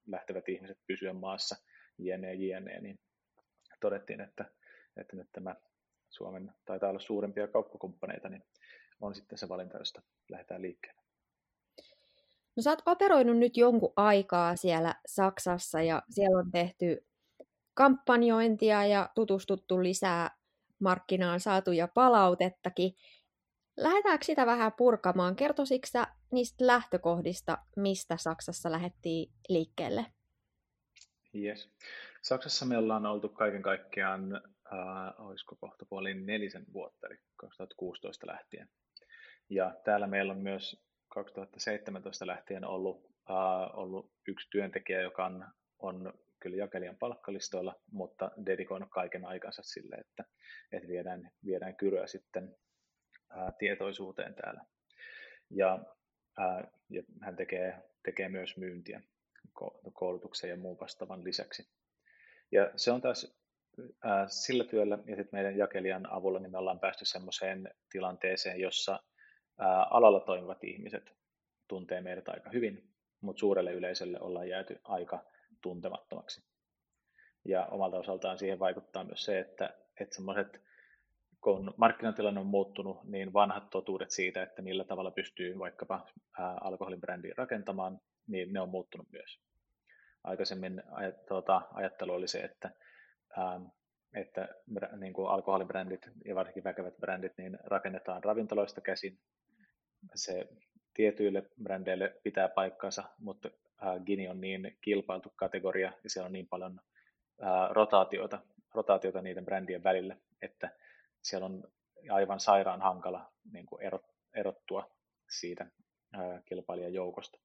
lähtevät ihmiset pysyä maassa, jne, niin todettiin, että nyt tämä Suomen taitaa olla suurempia kauppakumppaneita, niin on sitten se valinta, josta lähdetään liikkeelle. No sä oot operoinut nyt jonkun aikaa siellä Saksassa ja siellä on tehty kampanjointia ja tutustuttu lisää markkinaan, saatu ja palautettakin. Lähdetäänkö sitä vähän purkamaan? Kertoisitko sä niistä lähtökohdista, mistä Saksassa lähdettiin liikkeelle? Yes. Saksassa me ollaan oltu kaiken kaikkiaan, olisiko kohta puolin 4 vuotta, eli 2016 lähtien. Ja täällä meillä on myös 2017 lähtien ollut yksi työntekijä, joka on kyllä jakelijan palkkalistoilla, mutta dedikoinut kaiken aikansa sille, että viedään Kyröä sitten tietoisuuteen täällä. Ja hän tekee myös myyntiä koulutuksen ja muun vastaavan lisäksi. Ja se on taas sillä työllä ja sitten meidän jakelijan avulla niin me ollaan päästy semmoiseen tilanteeseen, jossa alalla toimivat ihmiset tuntee meidät aika hyvin, mutta suurelle yleisölle ollaan jääty aika tuntemattomaksi. Ja omalta osaltaan siihen vaikuttaa myös se, että semmoiset, kun markkinatilanne on muuttunut, niin vanhat totuudet siitä, että millä tavalla pystyy vaikkapa alkoholibrändiä rakentamaan, niin ne on muuttunut myös. Aikaisemmin ajattelu oli se, että niin kuin alkoholibrändit ja varsinkin väkevät brändit niin rakennetaan ravintoloista käsin. Se tietyille brändeille pitää paikkansa, mutta gini on niin kilpailtu kategoria ja siellä on niin paljon rotaatiota niiden brändien välillä, että siellä on aivan sairaan hankala niin kuin erottua siitä kilpailijan joukosta.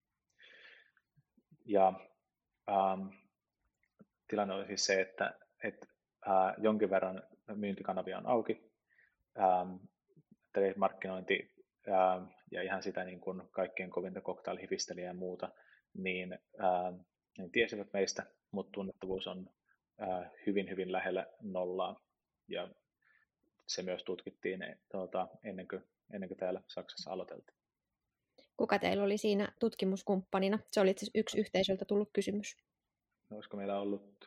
Ja tilanne oli siis se, että jonkin verran myyntikanavia on auki, trade-markkinointi ja ihan sitä niin kuin kaikkein kovinta cocktail-hifisteliä ja muuta, niin tiesivät meistä, mutta tunnettavuus on hyvin, hyvin lähellä nollaa. Ja se myös tutkittiin ennen kuin täällä Saksassa aloiteltiin. Kuka teillä oli siinä tutkimuskumppanina? Se oli itse asiassa yksi yhteisöltä tullut kysymys. Olisiko meillä ollut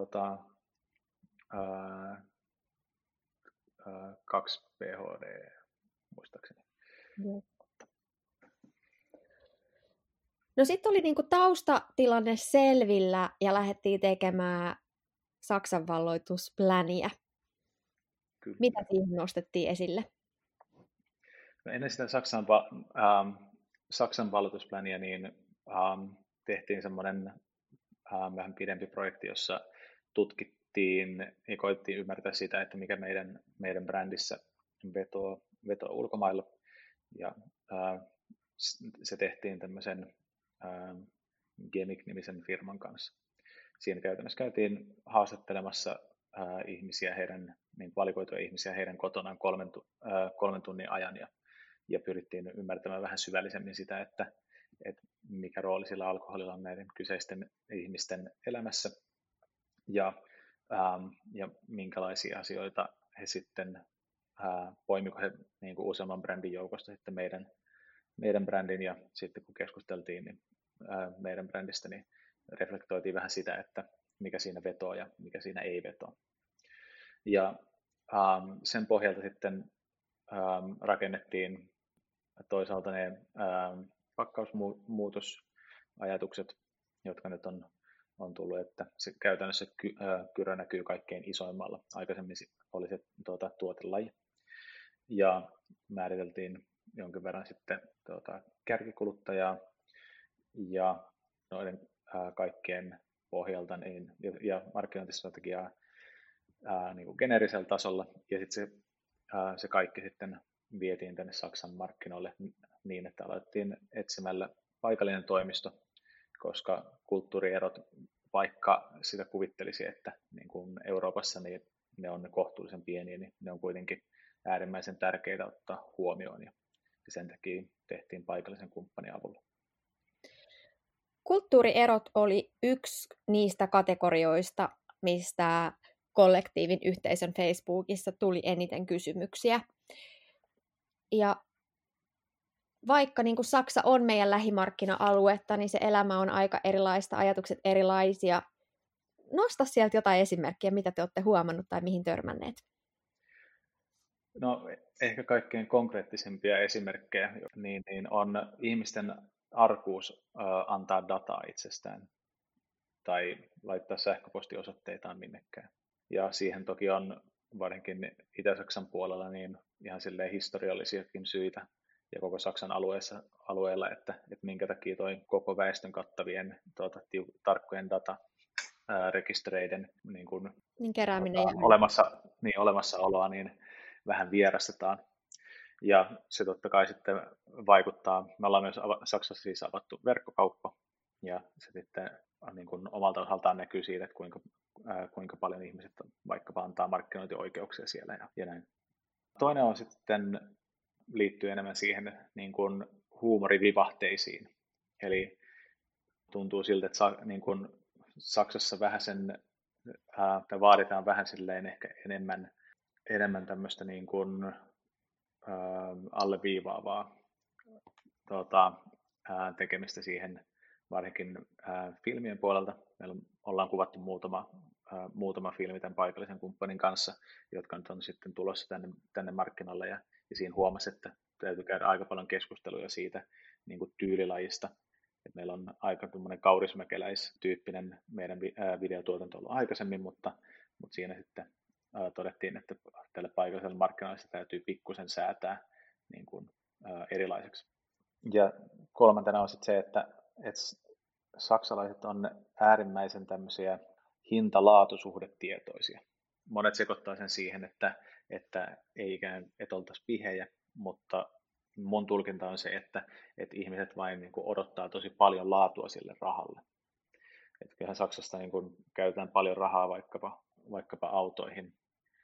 2 PhD, muistaakseni. Joo. No sitten oli niinku taustatilanne selvillä ja lähdettiin tekemään Saksan valloituspläniä. Kyllä. Mitä siihen nostettiin esille? No ennen sitä Saksan valloituspläniä niin tehtiin semmoinen vähän pidempi projekti, jossa tutkittiin ja koettiin ymmärtää sitä, että mikä meidän brändissä vetoo ulkomailla. Ja se tehtiin tämmöisen Gemic-nimisen firman kanssa. Siinä käytännössä käytiin haastattelemassa ihmisiä, niin valikoituja ihmisiä heidän kotonaan 3 tunnin ajan ja pyrittiin ymmärtämään vähän syvällisemmin sitä, että mikä rooli sillä alkoholilla on näiden kyseisten ihmisten elämässä ja minkälaisia asioita he sitten, poimiko he niin kuin useamman brändin joukosta sitten meidän brändin, ja sitten kun keskusteltiin niin meidän brändistä, niin reflektoitiin vähän sitä, että mikä siinä vetoo ja mikä siinä ei vetoo. Ja sen pohjalta sitten rakennettiin toisaalta ne pakkausmuutosajatukset, jotka nyt on tullut, että se käytännössä Kyrö näkyy kaikkein isoimmalla. Aikaisemmin oli se tuotelaji. Ja määriteltiin jonkin verran sitten kärkikuluttajaa ja noiden kaikkien pohjalta niin, ja markkinointistrategiaa niin kuin geneerisellä tasolla. Ja sitten se kaikki sitten vietiin tänne Saksan markkinoille niin, että alettiin etsimällä paikallinen toimisto, koska kulttuurierot, vaikka sitä kuvittelisi, että niin kuin Euroopassa niin ne on kohtuullisen pieniä, niin ne on kuitenkin äärimmäisen tärkeitä ottaa huomioon, ja sen takia tehtiin paikallisen kumppanin avulla. Kulttuurierot oli yksi niistä kategorioista, mistä kollektiivin yhteisön Facebookissa tuli eniten kysymyksiä. Ja vaikka niin kuin Saksa on meidän lähimarkkina-aluetta, niin se elämä on aika erilaista, ajatukset erilaisia. Nosta sieltä jotain esimerkkiä, mitä te olette huomannut tai mihin törmänneet. No ehkä kaikkein konkreettisimpia esimerkkejä niin on ihmisten arkuus antaa dataa itsestään tai laittaa sähköpostiosoitteitaan minnekään. Ja siihen toki on varsinkin Itä-Saksan puolella niin ihan silleen historiallisiakin syitä ja koko Saksan alueella, että minkä takia toi koko väestön kattavien tarkkojen rekistereiden niin kerääminen ja olemassaoloa niin vähän vierastetaan. Ja se totta kai sitten vaikuttaa. Me ollaan myös Saksassa siis avattu verkkokauppa, ja se sitten niin kuin omalta osaltaan näkyy siitä, että kuinka paljon ihmiset vaikkapa antaa markkinointioikeuksia siellä ja näin. Toinen on sitten liittyy enemmän siihen niin kuin huumorivivahteisiin. Eli tuntuu siltä, että niin kuin Saksassa vaaditaan vähän silleen ehkä enemmän tämmöistä niin kuin alleviivaavaa tekemistä siihen, varsinkin filmien puolelta. Meillä ollaan kuvattu muutama filmi tämän paikallisen kumppanin kanssa, jotka nyt on sitten tulossa tänne markkinalle, ja siinä huomasi, että täytyy käydä aika paljon keskusteluja siitä niin kuin tyylilajista. Et meillä on aika kaurismäkeläistyyppinen meidän videotuotanto ollut aikaisemmin, mutta siinä sitten todettiin, että tälle paikalliselle markkinoille täytyy pikkusen säätää niin kuin, erilaiseksi. Ja kolmantena on sitten se, että saksalaiset on äärimmäisen tämmöisiä hinta-laatusuhdetietoisia. Monet sekoittaa sen siihen, että ei ikään että oltaisi pihejä, mutta mun tulkinta on se, että ihmiset vain niin kuin odottaa tosi paljon laatua sille rahalle. Että kyllähän Saksassa niin kuin käytetään paljon rahaa vaikkapa autoihin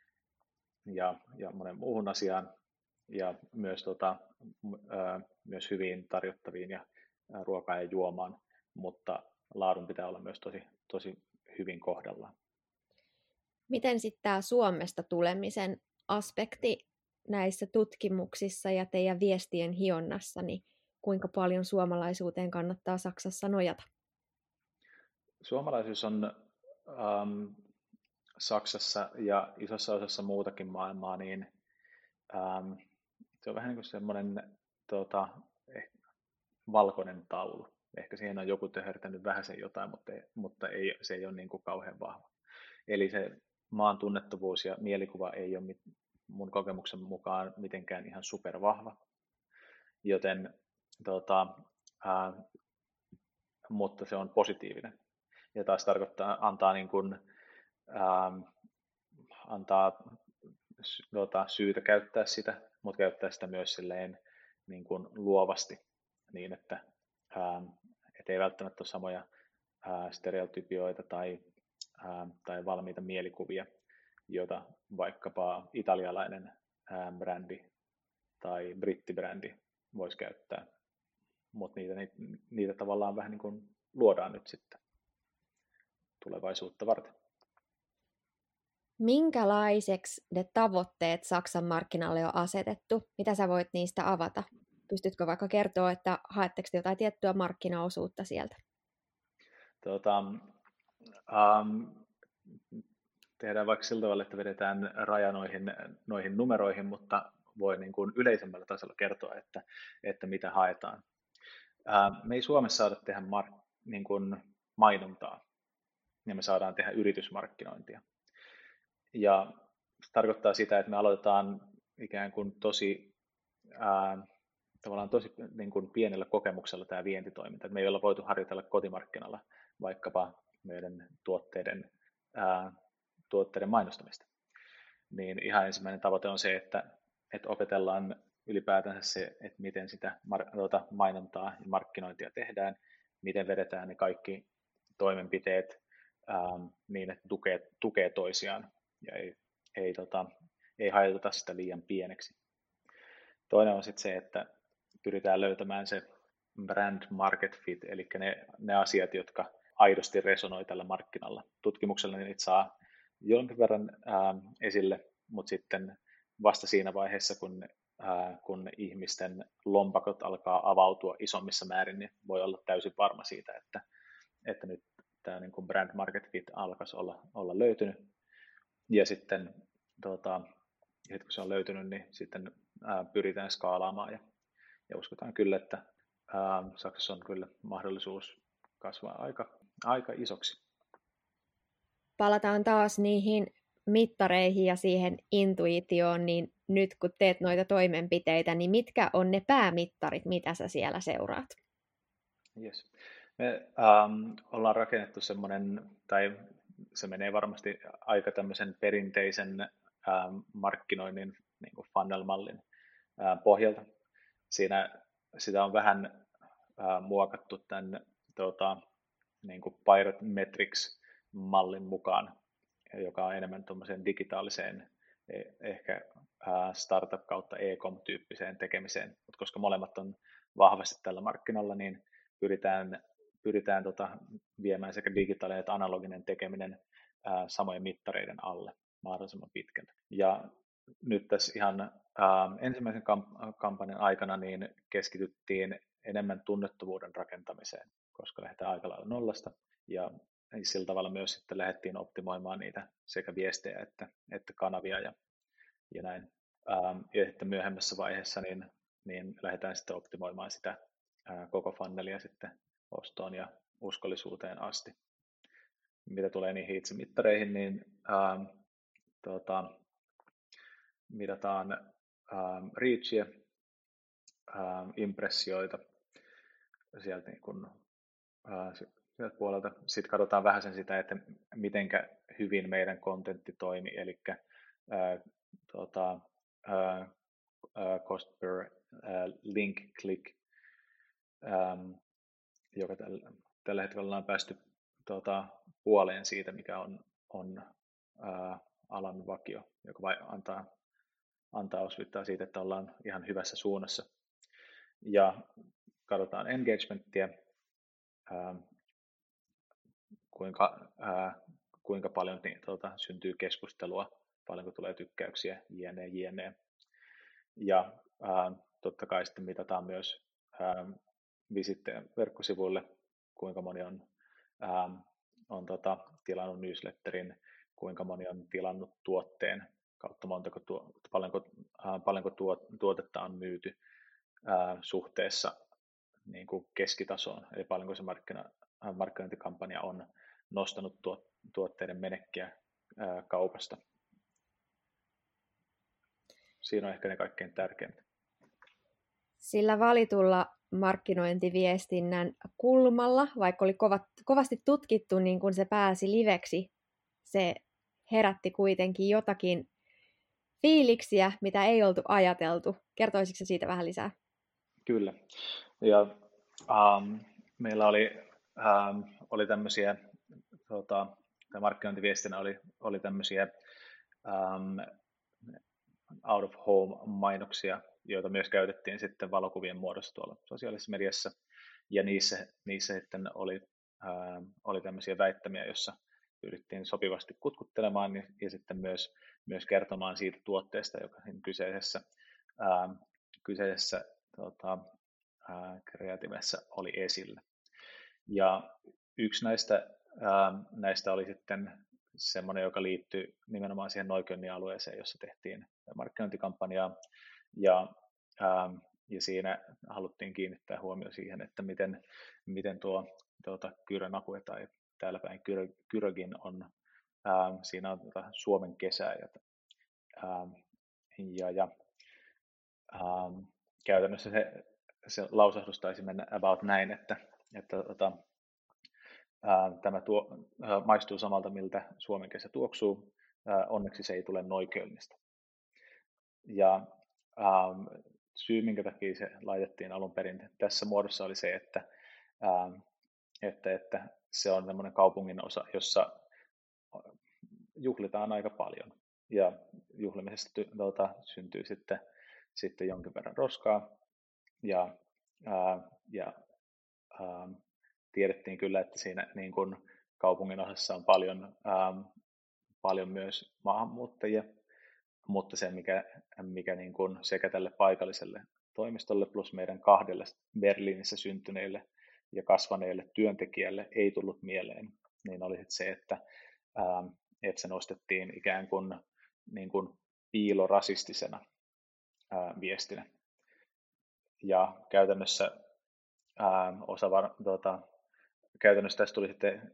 ja monen muuhun asiaan, ja myös hyvin tarjottaviin ja ruokaan ja juomaan, mutta laadun pitää olla myös tosi hyvin kohdallaan. Miten sitten tämä Suomesta tulemisen aspekti näissä tutkimuksissa ja teidän viestien hionnassa, niin kuinka paljon suomalaisuuteen kannattaa Saksassa nojata? Suomalaisuus on Saksassa ja isossa osassa muutakin maailmaa, niin se on vähän niin kuin semmoinen valkoinen taulu. Ehkä siihen on joku töhertänyt vähän sen jotain, mutta se ei ole niin kuin kauhean vahva. Eli se maan tunnettavuus ja mielikuva ei ole mun kokemuksen mukaan mitenkään ihan supervahva, joten mutta se on positiivinen. Ja taas antaa syytä käyttää sitä, mutta käyttää sitä myös silleen niin kuin luovasti, niin että ei välttämättä ole samoja stereotypioita tai valmiita mielikuvia, joita vaikkapa italialainen brändi tai brittibrändi voisi käyttää, mutta niitä tavallaan vähän niin kuin luodaan nyt sitten tulevaisuutta varten. Minkälaiseksi ne tavoitteet Saksan markkinalle on asetettu? Mitä sä voit niistä avata? Pystytkö vaikka kertoa, että haetteko te jotain tiettyä markkinaosuutta sieltä? Tehdään vaikka sillä tavalla, että vedetään raja noihin numeroihin, mutta voi niin kuin yleisemmällä tasolla kertoa, että mitä haetaan. Me ei Suomessa saada tehdä niin kuin mainontaa, ja me saadaan tehdä yritysmarkkinointia. Ja se tarkoittaa sitä, että me aloitetaan ikään kuin tosi niin kuin pienellä kokemuksella tämä vientitoiminta. Me ei olla voitu harjoitella kotimarkkinalla vaikkapa meidän tuotteiden mainostamista. Niin ihan ensimmäinen tavoite on se, että opetellaan ylipäätänsä se, että miten sitä mainontaa ja markkinointia tehdään, miten vedetään ne kaikki toimenpiteet niin, että tukee toisiaan ja ei hajoteta sitä liian pieneksi. Toinen on sitten se, että pyritään löytämään se brand market fit, eli ne asiat, jotka aidosti resonoi tällä markkinalla. Tutkimuksella niitä saa jonkin verran esille, mutta sitten vasta siinä vaiheessa, kun kun ihmisten lompakot alkaa avautua isommissa määrin, niin voi olla täysin varma siitä, että nyt tämä niin kuin brand market fit alkaisi olla löytynyt. Ja sitten kun se on löytynyt, niin sitten pyritään skaalaamaan ja uskotaan kyllä, että Saksassa on kyllä mahdollisuus kasvaa aika isoksi. Palataan taas niihin mittareihin ja siihen intuitioon, niin nyt kun teet noita toimenpiteitä, niin mitkä on ne päämittarit, mitä sä siellä seuraat? Yes. Me ollaan rakennettu semmoinen, tai se menee varmasti aika tämmöisen perinteisen markkinoinnin niin kuin funnel-mallin pohjalta. Siinä sitä on vähän muokattu tämän niin kuin Pirate Metrics-mallin mukaan, joka on enemmän tuommoiseen digitaaliseen, ehkä startup kautta e-com-tyyppiseen tekemiseen, mutta koska molemmat on vahvasti tällä markkinoilla, niin pyritään viemään sekä digitaalinen että analoginen tekeminen samojen mittareiden alle mahdollisimman pitkälti. Ja nyt tässä ihan ensimmäisen kampanjan aikana niin keskityttiin enemmän tunnettuvuuden rakentamiseen, koska lähdetään aika lailla nollasta, ja sillä tavalla myös sitten lähdettiin optimoimaan niitä sekä viestejä että kanavia ja näin. Ja sitten myöhemmässä vaiheessa niin lähdetään sitten optimoimaan sitä koko funnelia sitten ostoon ja uskollisuuteen asti. Mitä tulee niihin itse mittareihin, niin mitataan reachia, impressioita sieltä, niin kun, sieltä puolelta. Sitten katsotaan vähän sen sitä, että mitenkä hyvin meidän kontentti toimii, eli cost per link click, joka tällä hetkellä ollaan päästy puoleen siitä, mikä on alan vakio, joka antaa osvittaa siitä, että ollaan ihan hyvässä suunnassa. Ja katsotaan engagementtia, kuinka paljon syntyy keskustelua, paljonko tulee tykkäyksiä, jne. Ja totta kai sitten mitataan myös visittejä verkkosivuille, kuinka moni on tilannut newsletterin, kuinka moni on tilannut tuotteen kautta paljonko tuotetta on myyty suhteessa niin kuin keskitasoon, eli paljonko se markkinointikampanja on nostanut tuotteiden menekkiä kaupasta. Siinä on ehkä ne kaikkein tärkeimmät. Sillä valitulla markkinointiviestinnän kulmalla, vaikka oli kovasti tutkittu, niin kun se pääsi liveksi, se herätti kuitenkin jotakin fiiliksiä, mitä ei oltu ajateltu. Kertoisitko siitä vähän lisää? Kyllä. Ja meillä oli tämmöisiä, markkinointiviestinä oli tämmöisiä out of home mainoksia, joita myös käytettiin sitten valokuvien muodossa tuolla sosiaalisessa mediassa, ja niissä sitten oli tämmöisiä väittämiä, joissa pyrittiin sopivasti kutkuttelemaan ja sitten myös kertomaan siitä tuotteesta, joka kyseisessä kreatiivissa oli esillä. Ja yksi näistä oli sitten semmoinen, joka liittyy nimenomaan siihen Neuköllnin alueeseen, jossa tehtiin markkinointikampanjaa, ja siinä haluttiin kiinnittää huomio siihen, että miten tuo Kyrön Akue tai täällä päin Kyrökin on, siinä on Suomen kesää, ja käytännössä se lausahdus taisi mennä about näin, että tämä maistuu samalta, miltä Suomen kesä tuoksuu, onneksi se ei tule Neuköllnistä. Ja syy, minkä takia se laitettiin alun perin tässä muodossa, oli se, että se on tämmöinen kaupungin osa, jossa juhlitaan aika paljon, ja juhlimisesta syntyy sitten jonkin verran roskaa, ja tiedettiin kyllä, että siinä niin kuin kaupungin osassa on paljon myös maahanmuuttajia, mutta se, mikä niin kuin sekä tälle paikalliselle toimistolle plus meidän kahdelle Berliinissä syntyneille ja kasvaneille työntekijälle ei tullut mieleen, niin oli se, että se nostettiin ikään kuin, piilorasistisena viestinä. Ja käytännössä käytännössä tässä tuli sitten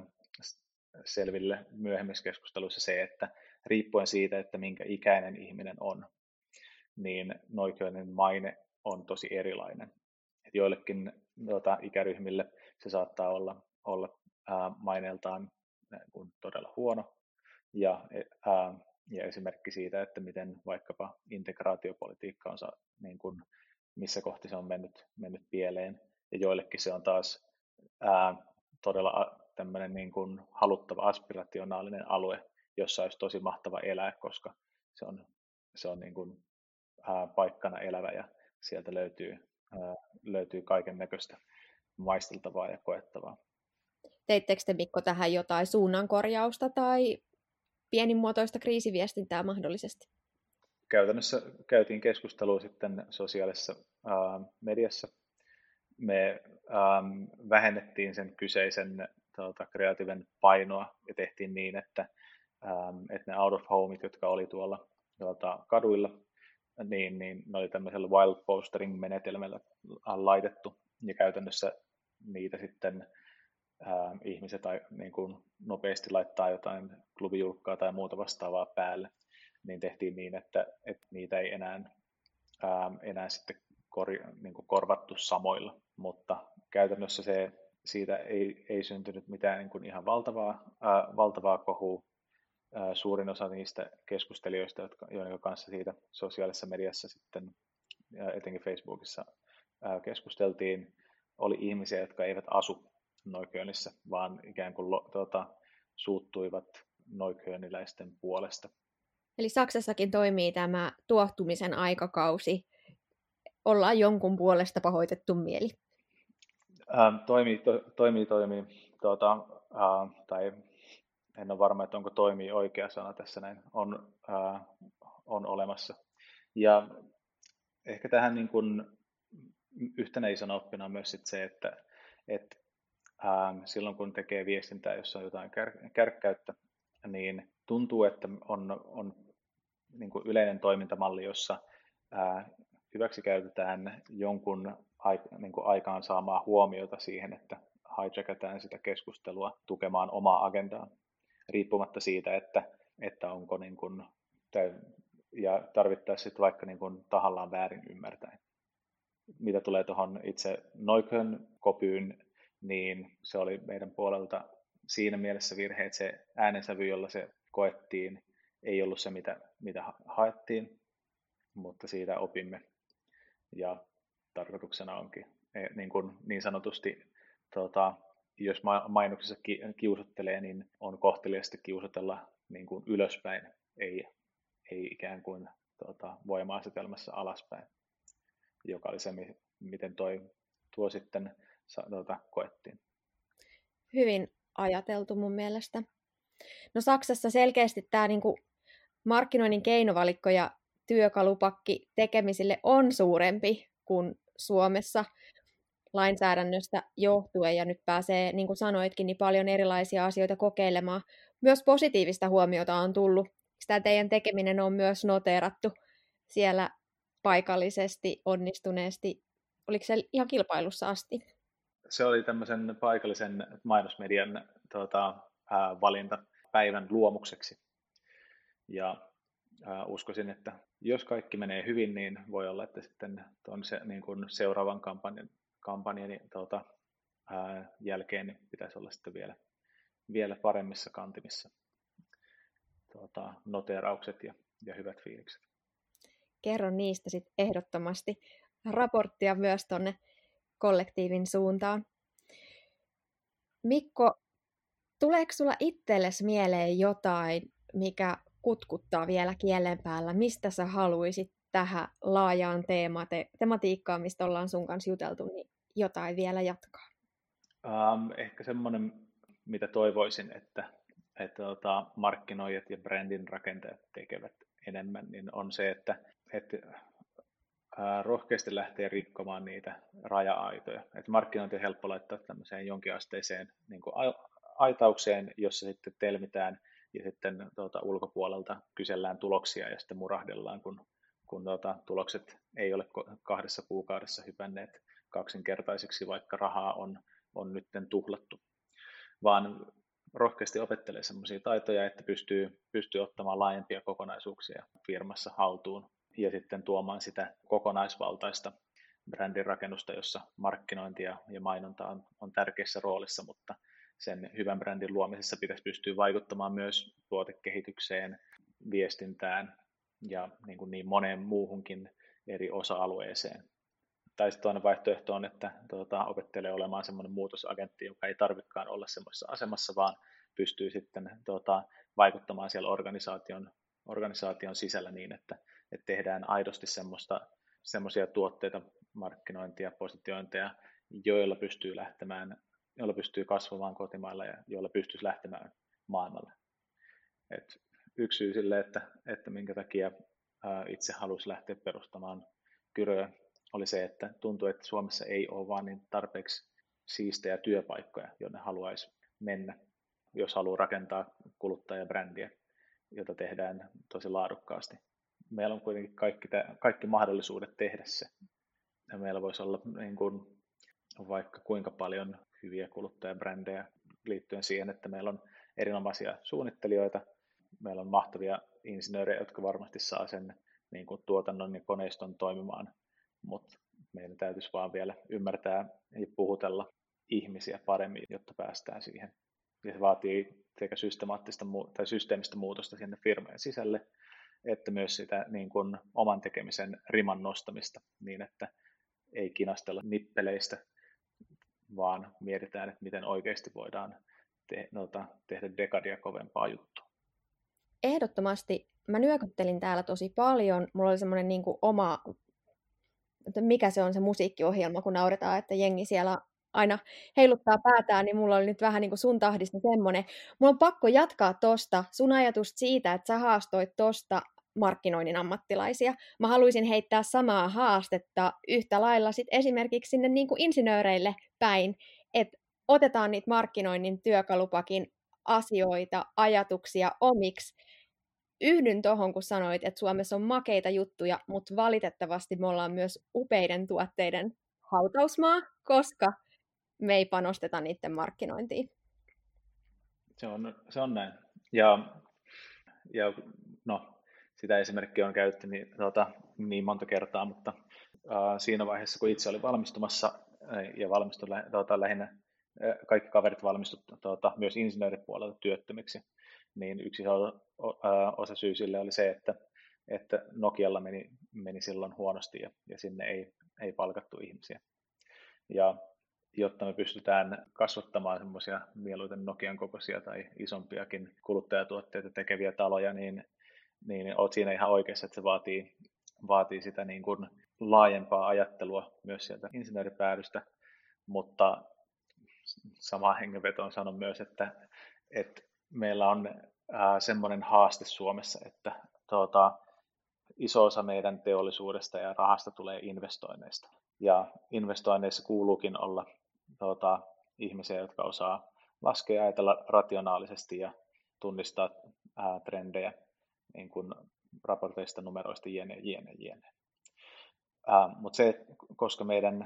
selville myöhemmissä keskusteluissa se, että riippuen siitä, että minkä ikäinen ihminen on, niin noiköinen maine on tosi erilainen. Et joillekin ikäryhmille se saattaa olla maineeltaan todella huono, ja esimerkki siitä, että miten vaikkapa integraatiopolitiikka on niin kuin, missä kohti se on mennyt pieleen, ja joillekin se on taas todella tämmöinen niin kuin haluttava aspirationaalinen alue, jossa olisi tosi mahtava elää, koska se on niin kuin, paikkana elävä ja sieltä löytyy kaiken näköistä maisteltavaa ja koettavaa. Teittekö te, Mikko, tähän jotain suunnankorjausta tai pienimuotoista kriisiviestintää mahdollisesti? Käytännössä käytiin keskustelua sitten sosiaalisessa mediassa. Me vähennettiin sen kyseisen kreatiiven painoa ja tehtiin niin, että ne out of homeit, jotka oli tuolla kaduilla, niin ne oli tämmöisellä wild postering menetelmällä laitettu, ja käytännössä niitä sitten ihmiset niin kuin nopeasti laittaa jotain klubijulkkaa tai muuta vastaavaa päälle, niin tehtiin niin, että niitä ei enää sitten niin kuin korvattu samoilla, mutta käytännössä siitä ei syntynyt mitään niin kuin ihan valtavaa kohua. Suurin osa niistä keskustelijoista, joiden kanssa siitä sosiaalisessa mediassa sitten, etenkin Facebookissa keskusteltiin, oli ihmisiä, jotka eivät asu Neuköllnissä, vaan ikään kuin suuttuivat neuköllniläisten puolesta. Eli Saksassakin toimii tämä tuohtumisen aikakausi. Ollaan jonkun puolesta pahoitettu mieli. Toimii. Tai en ole varma, että onko toimii oikea sana tässä näin, on olemassa. Ja ehkä tähän niin kuin yhtenä isona oppina on myös sit se, että silloin kun tekee viestintää, jossa on jotain kärkkäyttä, niin tuntuu, että on niin kuin yleinen toimintamalli, jossa hyväksikäytetään jonkun niin kuin aikaan saamaa huomiota siihen, että hijackataan sitä keskustelua tukemaan omaa agendaa, riippumatta siitä, että onko niin kuin, ja tarvittaisiin sitten vaikka niin kuin tahallaan väärin ymmärtäen. Mitä tulee tuohon itse Neukölln-kopyyn, niin se oli meidän puolelta siinä mielessä virhe, että se äänensävy, jolla se koettiin, ei ollut se, mitä haettiin, mutta siitä opimme. Ja tarkoituksena onkin niin sanotusti, jos mainoksissa kiusottelee, niin on kohteliasti kiusotella niin kuin ylöspäin, ei ikään kuin voima-asetelmassa alaspäin, joka oli se, miten tuo sitten koettiin. Hyvin ajateltu mun mielestä. No Saksassa selkeästi tämä niinku markkinoinnin keinovalikko ja työkalupakki tekemisille on suurempi kuin Suomessa lainsäädännöstä johtuen, ja nyt pääsee, niin kuin sanoitkin, niin paljon erilaisia asioita kokeilemaan. Myös positiivista huomiota on tullut. Tämä teidän tekeminen on myös noteerattu siellä paikallisesti onnistuneesti. Oliko se ihan kilpailussa asti? Se oli tämmöisen paikallisen mainosmedian valinta päivän luomukseksi. Ja uskoisin, että jos kaikki menee hyvin, niin voi olla, että sitten niin kuin seuraavan kampanjan jälkeen niin pitäisi olla sitten vielä paremmissa kantimissa noteeraukset ja hyvät fiilikset. Kerro niistä sitten ehdottomasti. Raporttia myös tuonne kollektiivin suuntaan. Mikko, tuleeko sulla itsellesi mieleen jotain, mikä kutkuttaa vielä kielen päällä? Mistä sä haluaisit tähän laajaan tematiikkaan, mistä ollaan sun kanssa juteltu, niin jotain vielä jatkaa? Ehkä semmoinen, mitä toivoisin, että markkinoijat ja brändin rakentajat tekevät enemmän, niin on se, että rohkeasti lähtee rikkomaan niitä raja-aitoja. Et markkinointi on helppo laittaa tämmöiseen jonkinasteiseen niin kuin aitaukseen, jossa sitten telmitään ja sitten ulkopuolelta kysellään tuloksia ja sitten murahdellaan, kun tulokset ei ole 2 kuukaudessa hypänneet kaksinkertaiseksi, vaikka rahaa on nyt tuhlattu, vaan rohkeasti opettelee sellaisia taitoja, että pystyy ottamaan laajempia kokonaisuuksia firmassa haltuun ja sitten tuomaan sitä kokonaisvaltaista brändin rakennusta, jossa markkinointi ja mainonta on tärkeässä roolissa, mutta sen hyvän brändin luomisessa pitäisi pystyä vaikuttamaan myös tuotekehitykseen, viestintään ja niin moneen muuhunkin eri osa-alueeseen. Tai sitten toinen vaihtoehto on, että opettelee olemaan semmoinen muutosagentti, joka ei tarvitsekaan olla semmoisessa asemassa, vaan pystyy sitten vaikuttamaan siellä organisaation sisällä niin, että tehdään aidosti semmoisia tuotteita, markkinointia, positiointeja, joilla pystyy kasvamaan kotimailla ja joilla pystyisi lähtemään maailmalle. Yksi syy sille, että minkä takia itse halusi lähteä perustamaan Kyröä, oli se, että tuntuu, että Suomessa ei ole vaan niin tarpeeksi siistejä työpaikkoja, jonne haluaisi mennä, jos haluaa rakentaa kuluttajabrändiä, jota tehdään tosi laadukkaasti. Meillä on kuitenkin kaikki mahdollisuudet tehdä se. Ja meillä voisi olla niin kuin vaikka kuinka paljon hyviä kuluttajabrändejä liittyen siihen, että meillä on erinomaisia suunnittelijoita, meillä on mahtavia insinöörejä, jotka varmasti saa sen niin kuin tuotannon ja koneiston toimimaan, mutta meidän täytyisi vaan vielä ymmärtää ja puhutella ihmisiä paremmin, jotta päästään siihen. Ja se vaatii sekä systeemistä muutosta sinne firmojen sisälle, että myös sitä niin kuin oman tekemisen riman nostamista niin, että ei kinastella nippeleistä, vaan mietitään, että miten oikeasti voidaan tehdä dekadia kovempaa juttua. Ehdottomasti. Mä nyökyttelin täällä tosi paljon. Mulla oli semmoinen niin kuin oma, mikä se on se musiikkiohjelma, kun nauretaan, että jengi siellä aina heiluttaa päätään, niin mulla oli nyt vähän niin kuin sun tahdista semmoinen. Mulla on pakko jatkaa tosta sun ajatusta siitä, että sä haastoit tosta markkinoinnin ammattilaisia. Mä haluaisin heittää samaa haastetta yhtä lailla sit esimerkiksi sinne niin kuin insinööreille päin, että otetaan niitä markkinoinnin työkalupakin asioita, ajatuksia omiksi. Yhdyn tuohon, kun sanoit, että Suomessa on makeita juttuja, mutta valitettavasti me ollaan myös upeiden tuotteiden hautausmaa, koska me ei panosteta niiden markkinointiin. Se on näin. Ja no, sitä esimerkkiä on käytetty niin monta kertaa, mutta siinä vaiheessa, kun itse olin valmistumassa ja valmistui lähinnä, kaikki kaverit valmistuivat myös insinööripuolelta työttömiksi, niin yksi osa syy sille oli se, että Nokialla meni silloin huonosti ja sinne ei palkattu ihmisiä. Ja jotta me pystytään kasvattamaan semmoisia mieluiten Nokian kokoisia tai isompiakin kuluttajatuotteita tekeviä taloja, niin olet siinä ihan oikeassa, että se vaatii sitä niin kuin laajempaa ajattelua myös sieltä insinööripäädystä, mutta samaan hengenvetoon sanon myös, että meillä on semmoinen haaste Suomessa, että iso osa meidän teollisuudesta ja rahasta tulee investoinneista. Ja investoinneissa kuuluukin olla ihmisiä, jotka osaa laskea ja ajatella rationaalisesti ja tunnistaa trendejä niin kuin raporteista, numeroista, jne. Mutta se, koska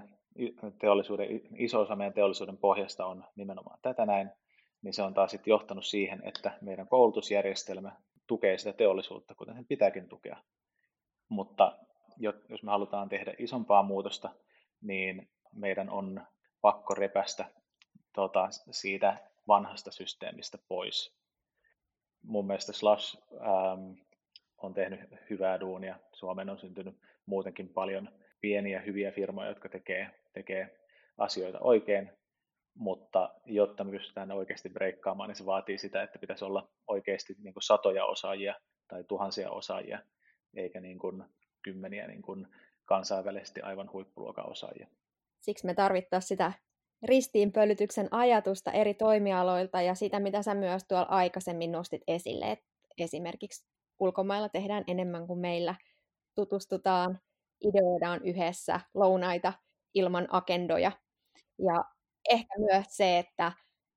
iso osa meidän teollisuuden pohjasta on nimenomaan tätä näin, niin se on taas sitten johtanut siihen, että meidän koulutusjärjestelmä tukee sitä teollisuutta, kuten sen pitääkin tukea. Mutta jos me halutaan tehdä isompaa muutosta, niin meidän on pakko repästä siitä vanhasta systeemistä pois. Mun mielestä Slush on tehnyt hyvää duunia. Suomeen on syntynyt muutenkin paljon pieniä hyviä firmoja, jotka tekee asioita oikein, mutta jotta me pystytään oikeasti breikkaamaan, niin se vaatii sitä, että pitäisi olla oikeasti niin kuin satoja osaajia tai tuhansia osaajia, eikä niin kuin kymmeniä niin kuin kansainvälisesti aivan huippuluokan osaajia. Siksi me tarvittaisiin sitä ristiinpölytyksen ajatusta eri toimialoilta ja sitä, mitä sä myös tuolla aikaisemmin nostit esille, että esimerkiksi ulkomailla tehdään enemmän kuin meillä. Tutustutaan, ideoidaan yhdessä lounaita ilman agendoja. Ja ehkä myös se, että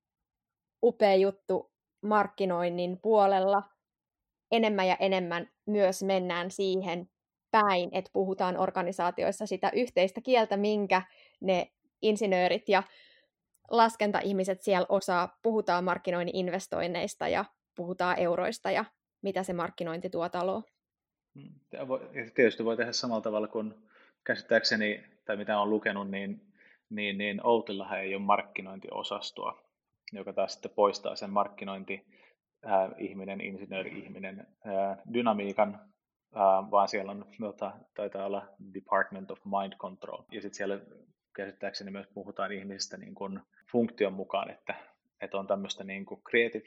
upea juttu markkinoinnin puolella enemmän ja enemmän myös mennään siihen päin, että puhutaan organisaatioissa sitä yhteistä kieltä, minkä ne insinöörit ja laskentaihmiset siellä osaa. Puhutaan markkinoinnin investoinneista ja puhutaan euroista ja mitä se markkinointi tuo taloon. Ja tietysti voi tehdä samalla tavalla kuin käsittääkseni, tai mitä olen lukenut, niin Outlillahan ei ole markkinointiosastoa, joka taas sitten poistaa sen markkinointi-ihminen, insinööri-ihminen dynamiikan, vaan siellä on, taitaa olla Department of Mind Control, ja sitten siellä käsittääkseni myös puhutaan ihmisistä niin kuin funktion mukaan, että on tämmöistä niin kuin creative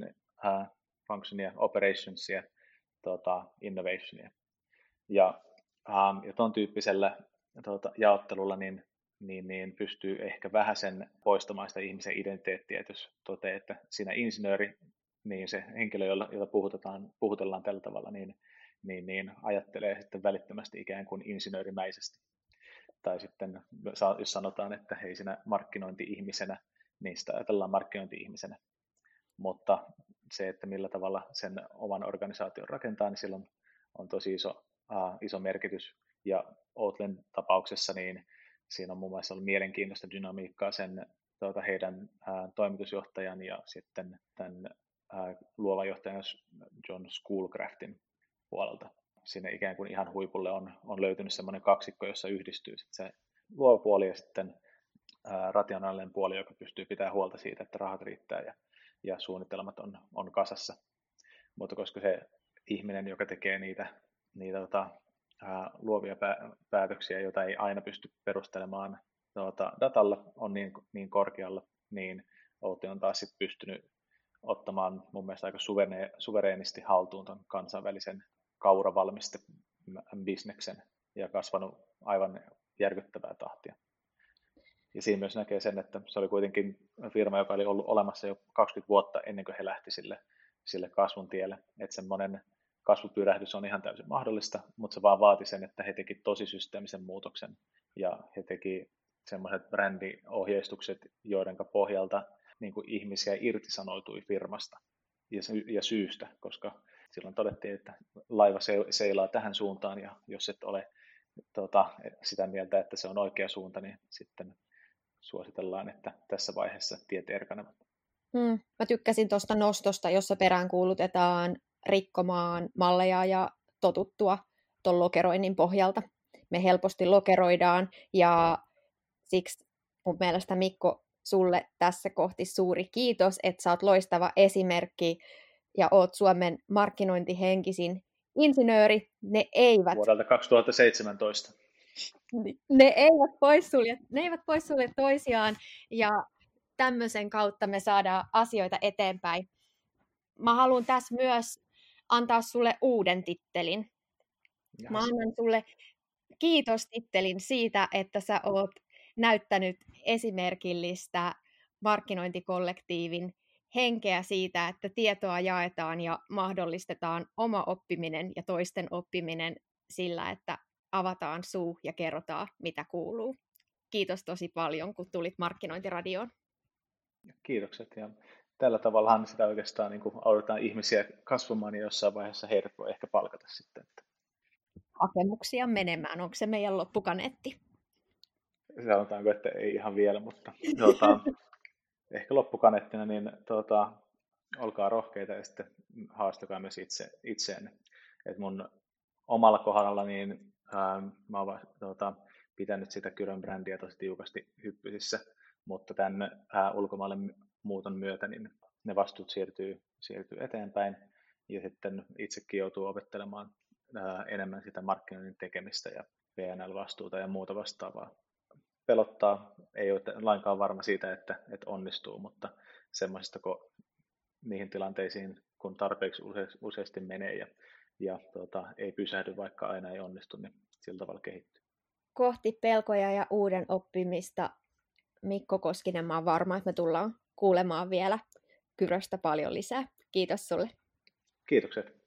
functionia, operationsia, innovationia. Ja tuon tyyppisellä jaottelulla niin pystyy ehkä vähän sen poistamaan sitä ihmisen identiteettiä, että jos toteaa, että siinä insinööri, niin se henkilö, jota puhutellaan tällä tavalla, niin ajattelee sitten välittömästi ikään kuin insinöörimäisesti. Tai sitten jos sanotaan, että hei sinä markkinointi-ihmisenä, niin sitä ajatellaan markkinointi-ihmisenä. Mutta se, että millä tavalla sen oman organisaation rakentaa, niin silloin on tosi iso merkitys. Ja Outlen tapauksessa niin siinä on muun muassa ollut mielenkiintoista dynamiikkaa sen heidän toimitusjohtajan ja sitten tämän luovan johtajan John Schoolcraftin puolelta. Siinä ikään kuin ihan huipulle on löytynyt semmoinen kaksikko, jossa yhdistyy se luova puoli ja sitten rationaalinen puoli, joka pystyy pitämään huolta siitä, että rahat riittää ja suunnitelmat on kasassa. Mutta koska se ihminen, joka tekee niitä luovia päätöksiä, joita ei aina pysty perustelemaan datalla, on niin korkealla, niin Outi on taas sit pystynyt ottamaan mun mielestä aika suvereenisti haltuun ton kansainvälisen kauravalmiste-bisneksen ja kasvanut aivan järkyttävää tahtia. Ja siinä myös näkee sen, että se oli kuitenkin firma, joka oli ollut olemassa jo 20 vuotta ennen kuin he lähti sille kasvun tielle. Että semmoinen kasvupyrähdys on ihan täysin mahdollista, mutta se vaan vaati sen, että he teki tosi systeemisen muutoksen ja he teki semmoiset brändiohjeistukset, joiden pohjalta niin kuin ihmisiä irtisanoutui firmasta ja syystä, koska silloin todettiin, että laiva seilaa tähän suuntaan ja jos et ole sitä mieltä, että se on oikea suunta, niin sitten suositellaan, että tässä vaiheessa tiet erkanevat. Mä tykkäsin tuosta nostosta, jossa peräänkuulutetaan rikkomaan malleja ja totuttua tuon lokeroinnin pohjalta. Me helposti lokeroidaan ja siksi mun mielestä Mikko, sulle tässä kohti suuri kiitos, että sä oot loistava esimerkki ja oot Suomen markkinointihenkisin insinööri. Ne eivät vuodelta 2017. Ne eivät poissulje toisiaan ja tämmöisen kautta me saadaan asioita eteenpäin. Mä haluan tässä myös antaa sulle uuden tittelin. Mä annan sulle kiitostittelin siitä, että sä oot näyttänyt esimerkillistä markkinointikollektiivin henkeä siitä, että tietoa jaetaan ja mahdollistetaan oma oppiminen ja toisten oppiminen sillä, että avataan suu ja kerrotaan, mitä kuuluu. Kiitos tosi paljon, kun tulit Markkinointiradioon. Kiitokset. Ja tällä tavallahan sitä oikeastaan niin kuin autetaan ihmisiä kasvamaan ja jossain vaiheessa heidät voi ehkä palkata sitten. Hakemuksia menemään. Onko se meidän loppukaneetti? Sanotaanko, että ei ihan vielä, mutta ehkä loppukaneettina, niin olkaa rohkeita ja sitten haastakaa myös itseenne. Et mun omalla kohdalla niin mä oon pitänyt sitä Kyrön brändiä tosi tiukasti hyppysissä, mutta tämän ulkomaille muuton myötä niin ne vastuut siirtyy eteenpäin ja sitten itsekin joutuu opettelemaan enemmän sitä markkinoinnin tekemistä ja PNL-vastuuta ja muuta vastaavaa. Pelottaa, ei ole lainkaan varma siitä, että onnistuu, mutta semmoisista niihin tilanteisiin, kun tarpeeksi useasti menee ja ei pysähdy, vaikka aina ei onnistu, niin sillä tavalla kehittyy. Kohti pelkoja ja uuden oppimista. Mikko Koskinen, mä oon varma, että me tullaan kuulemaan vielä Kyröstä paljon lisää. Kiitos sulle. Kiitokset.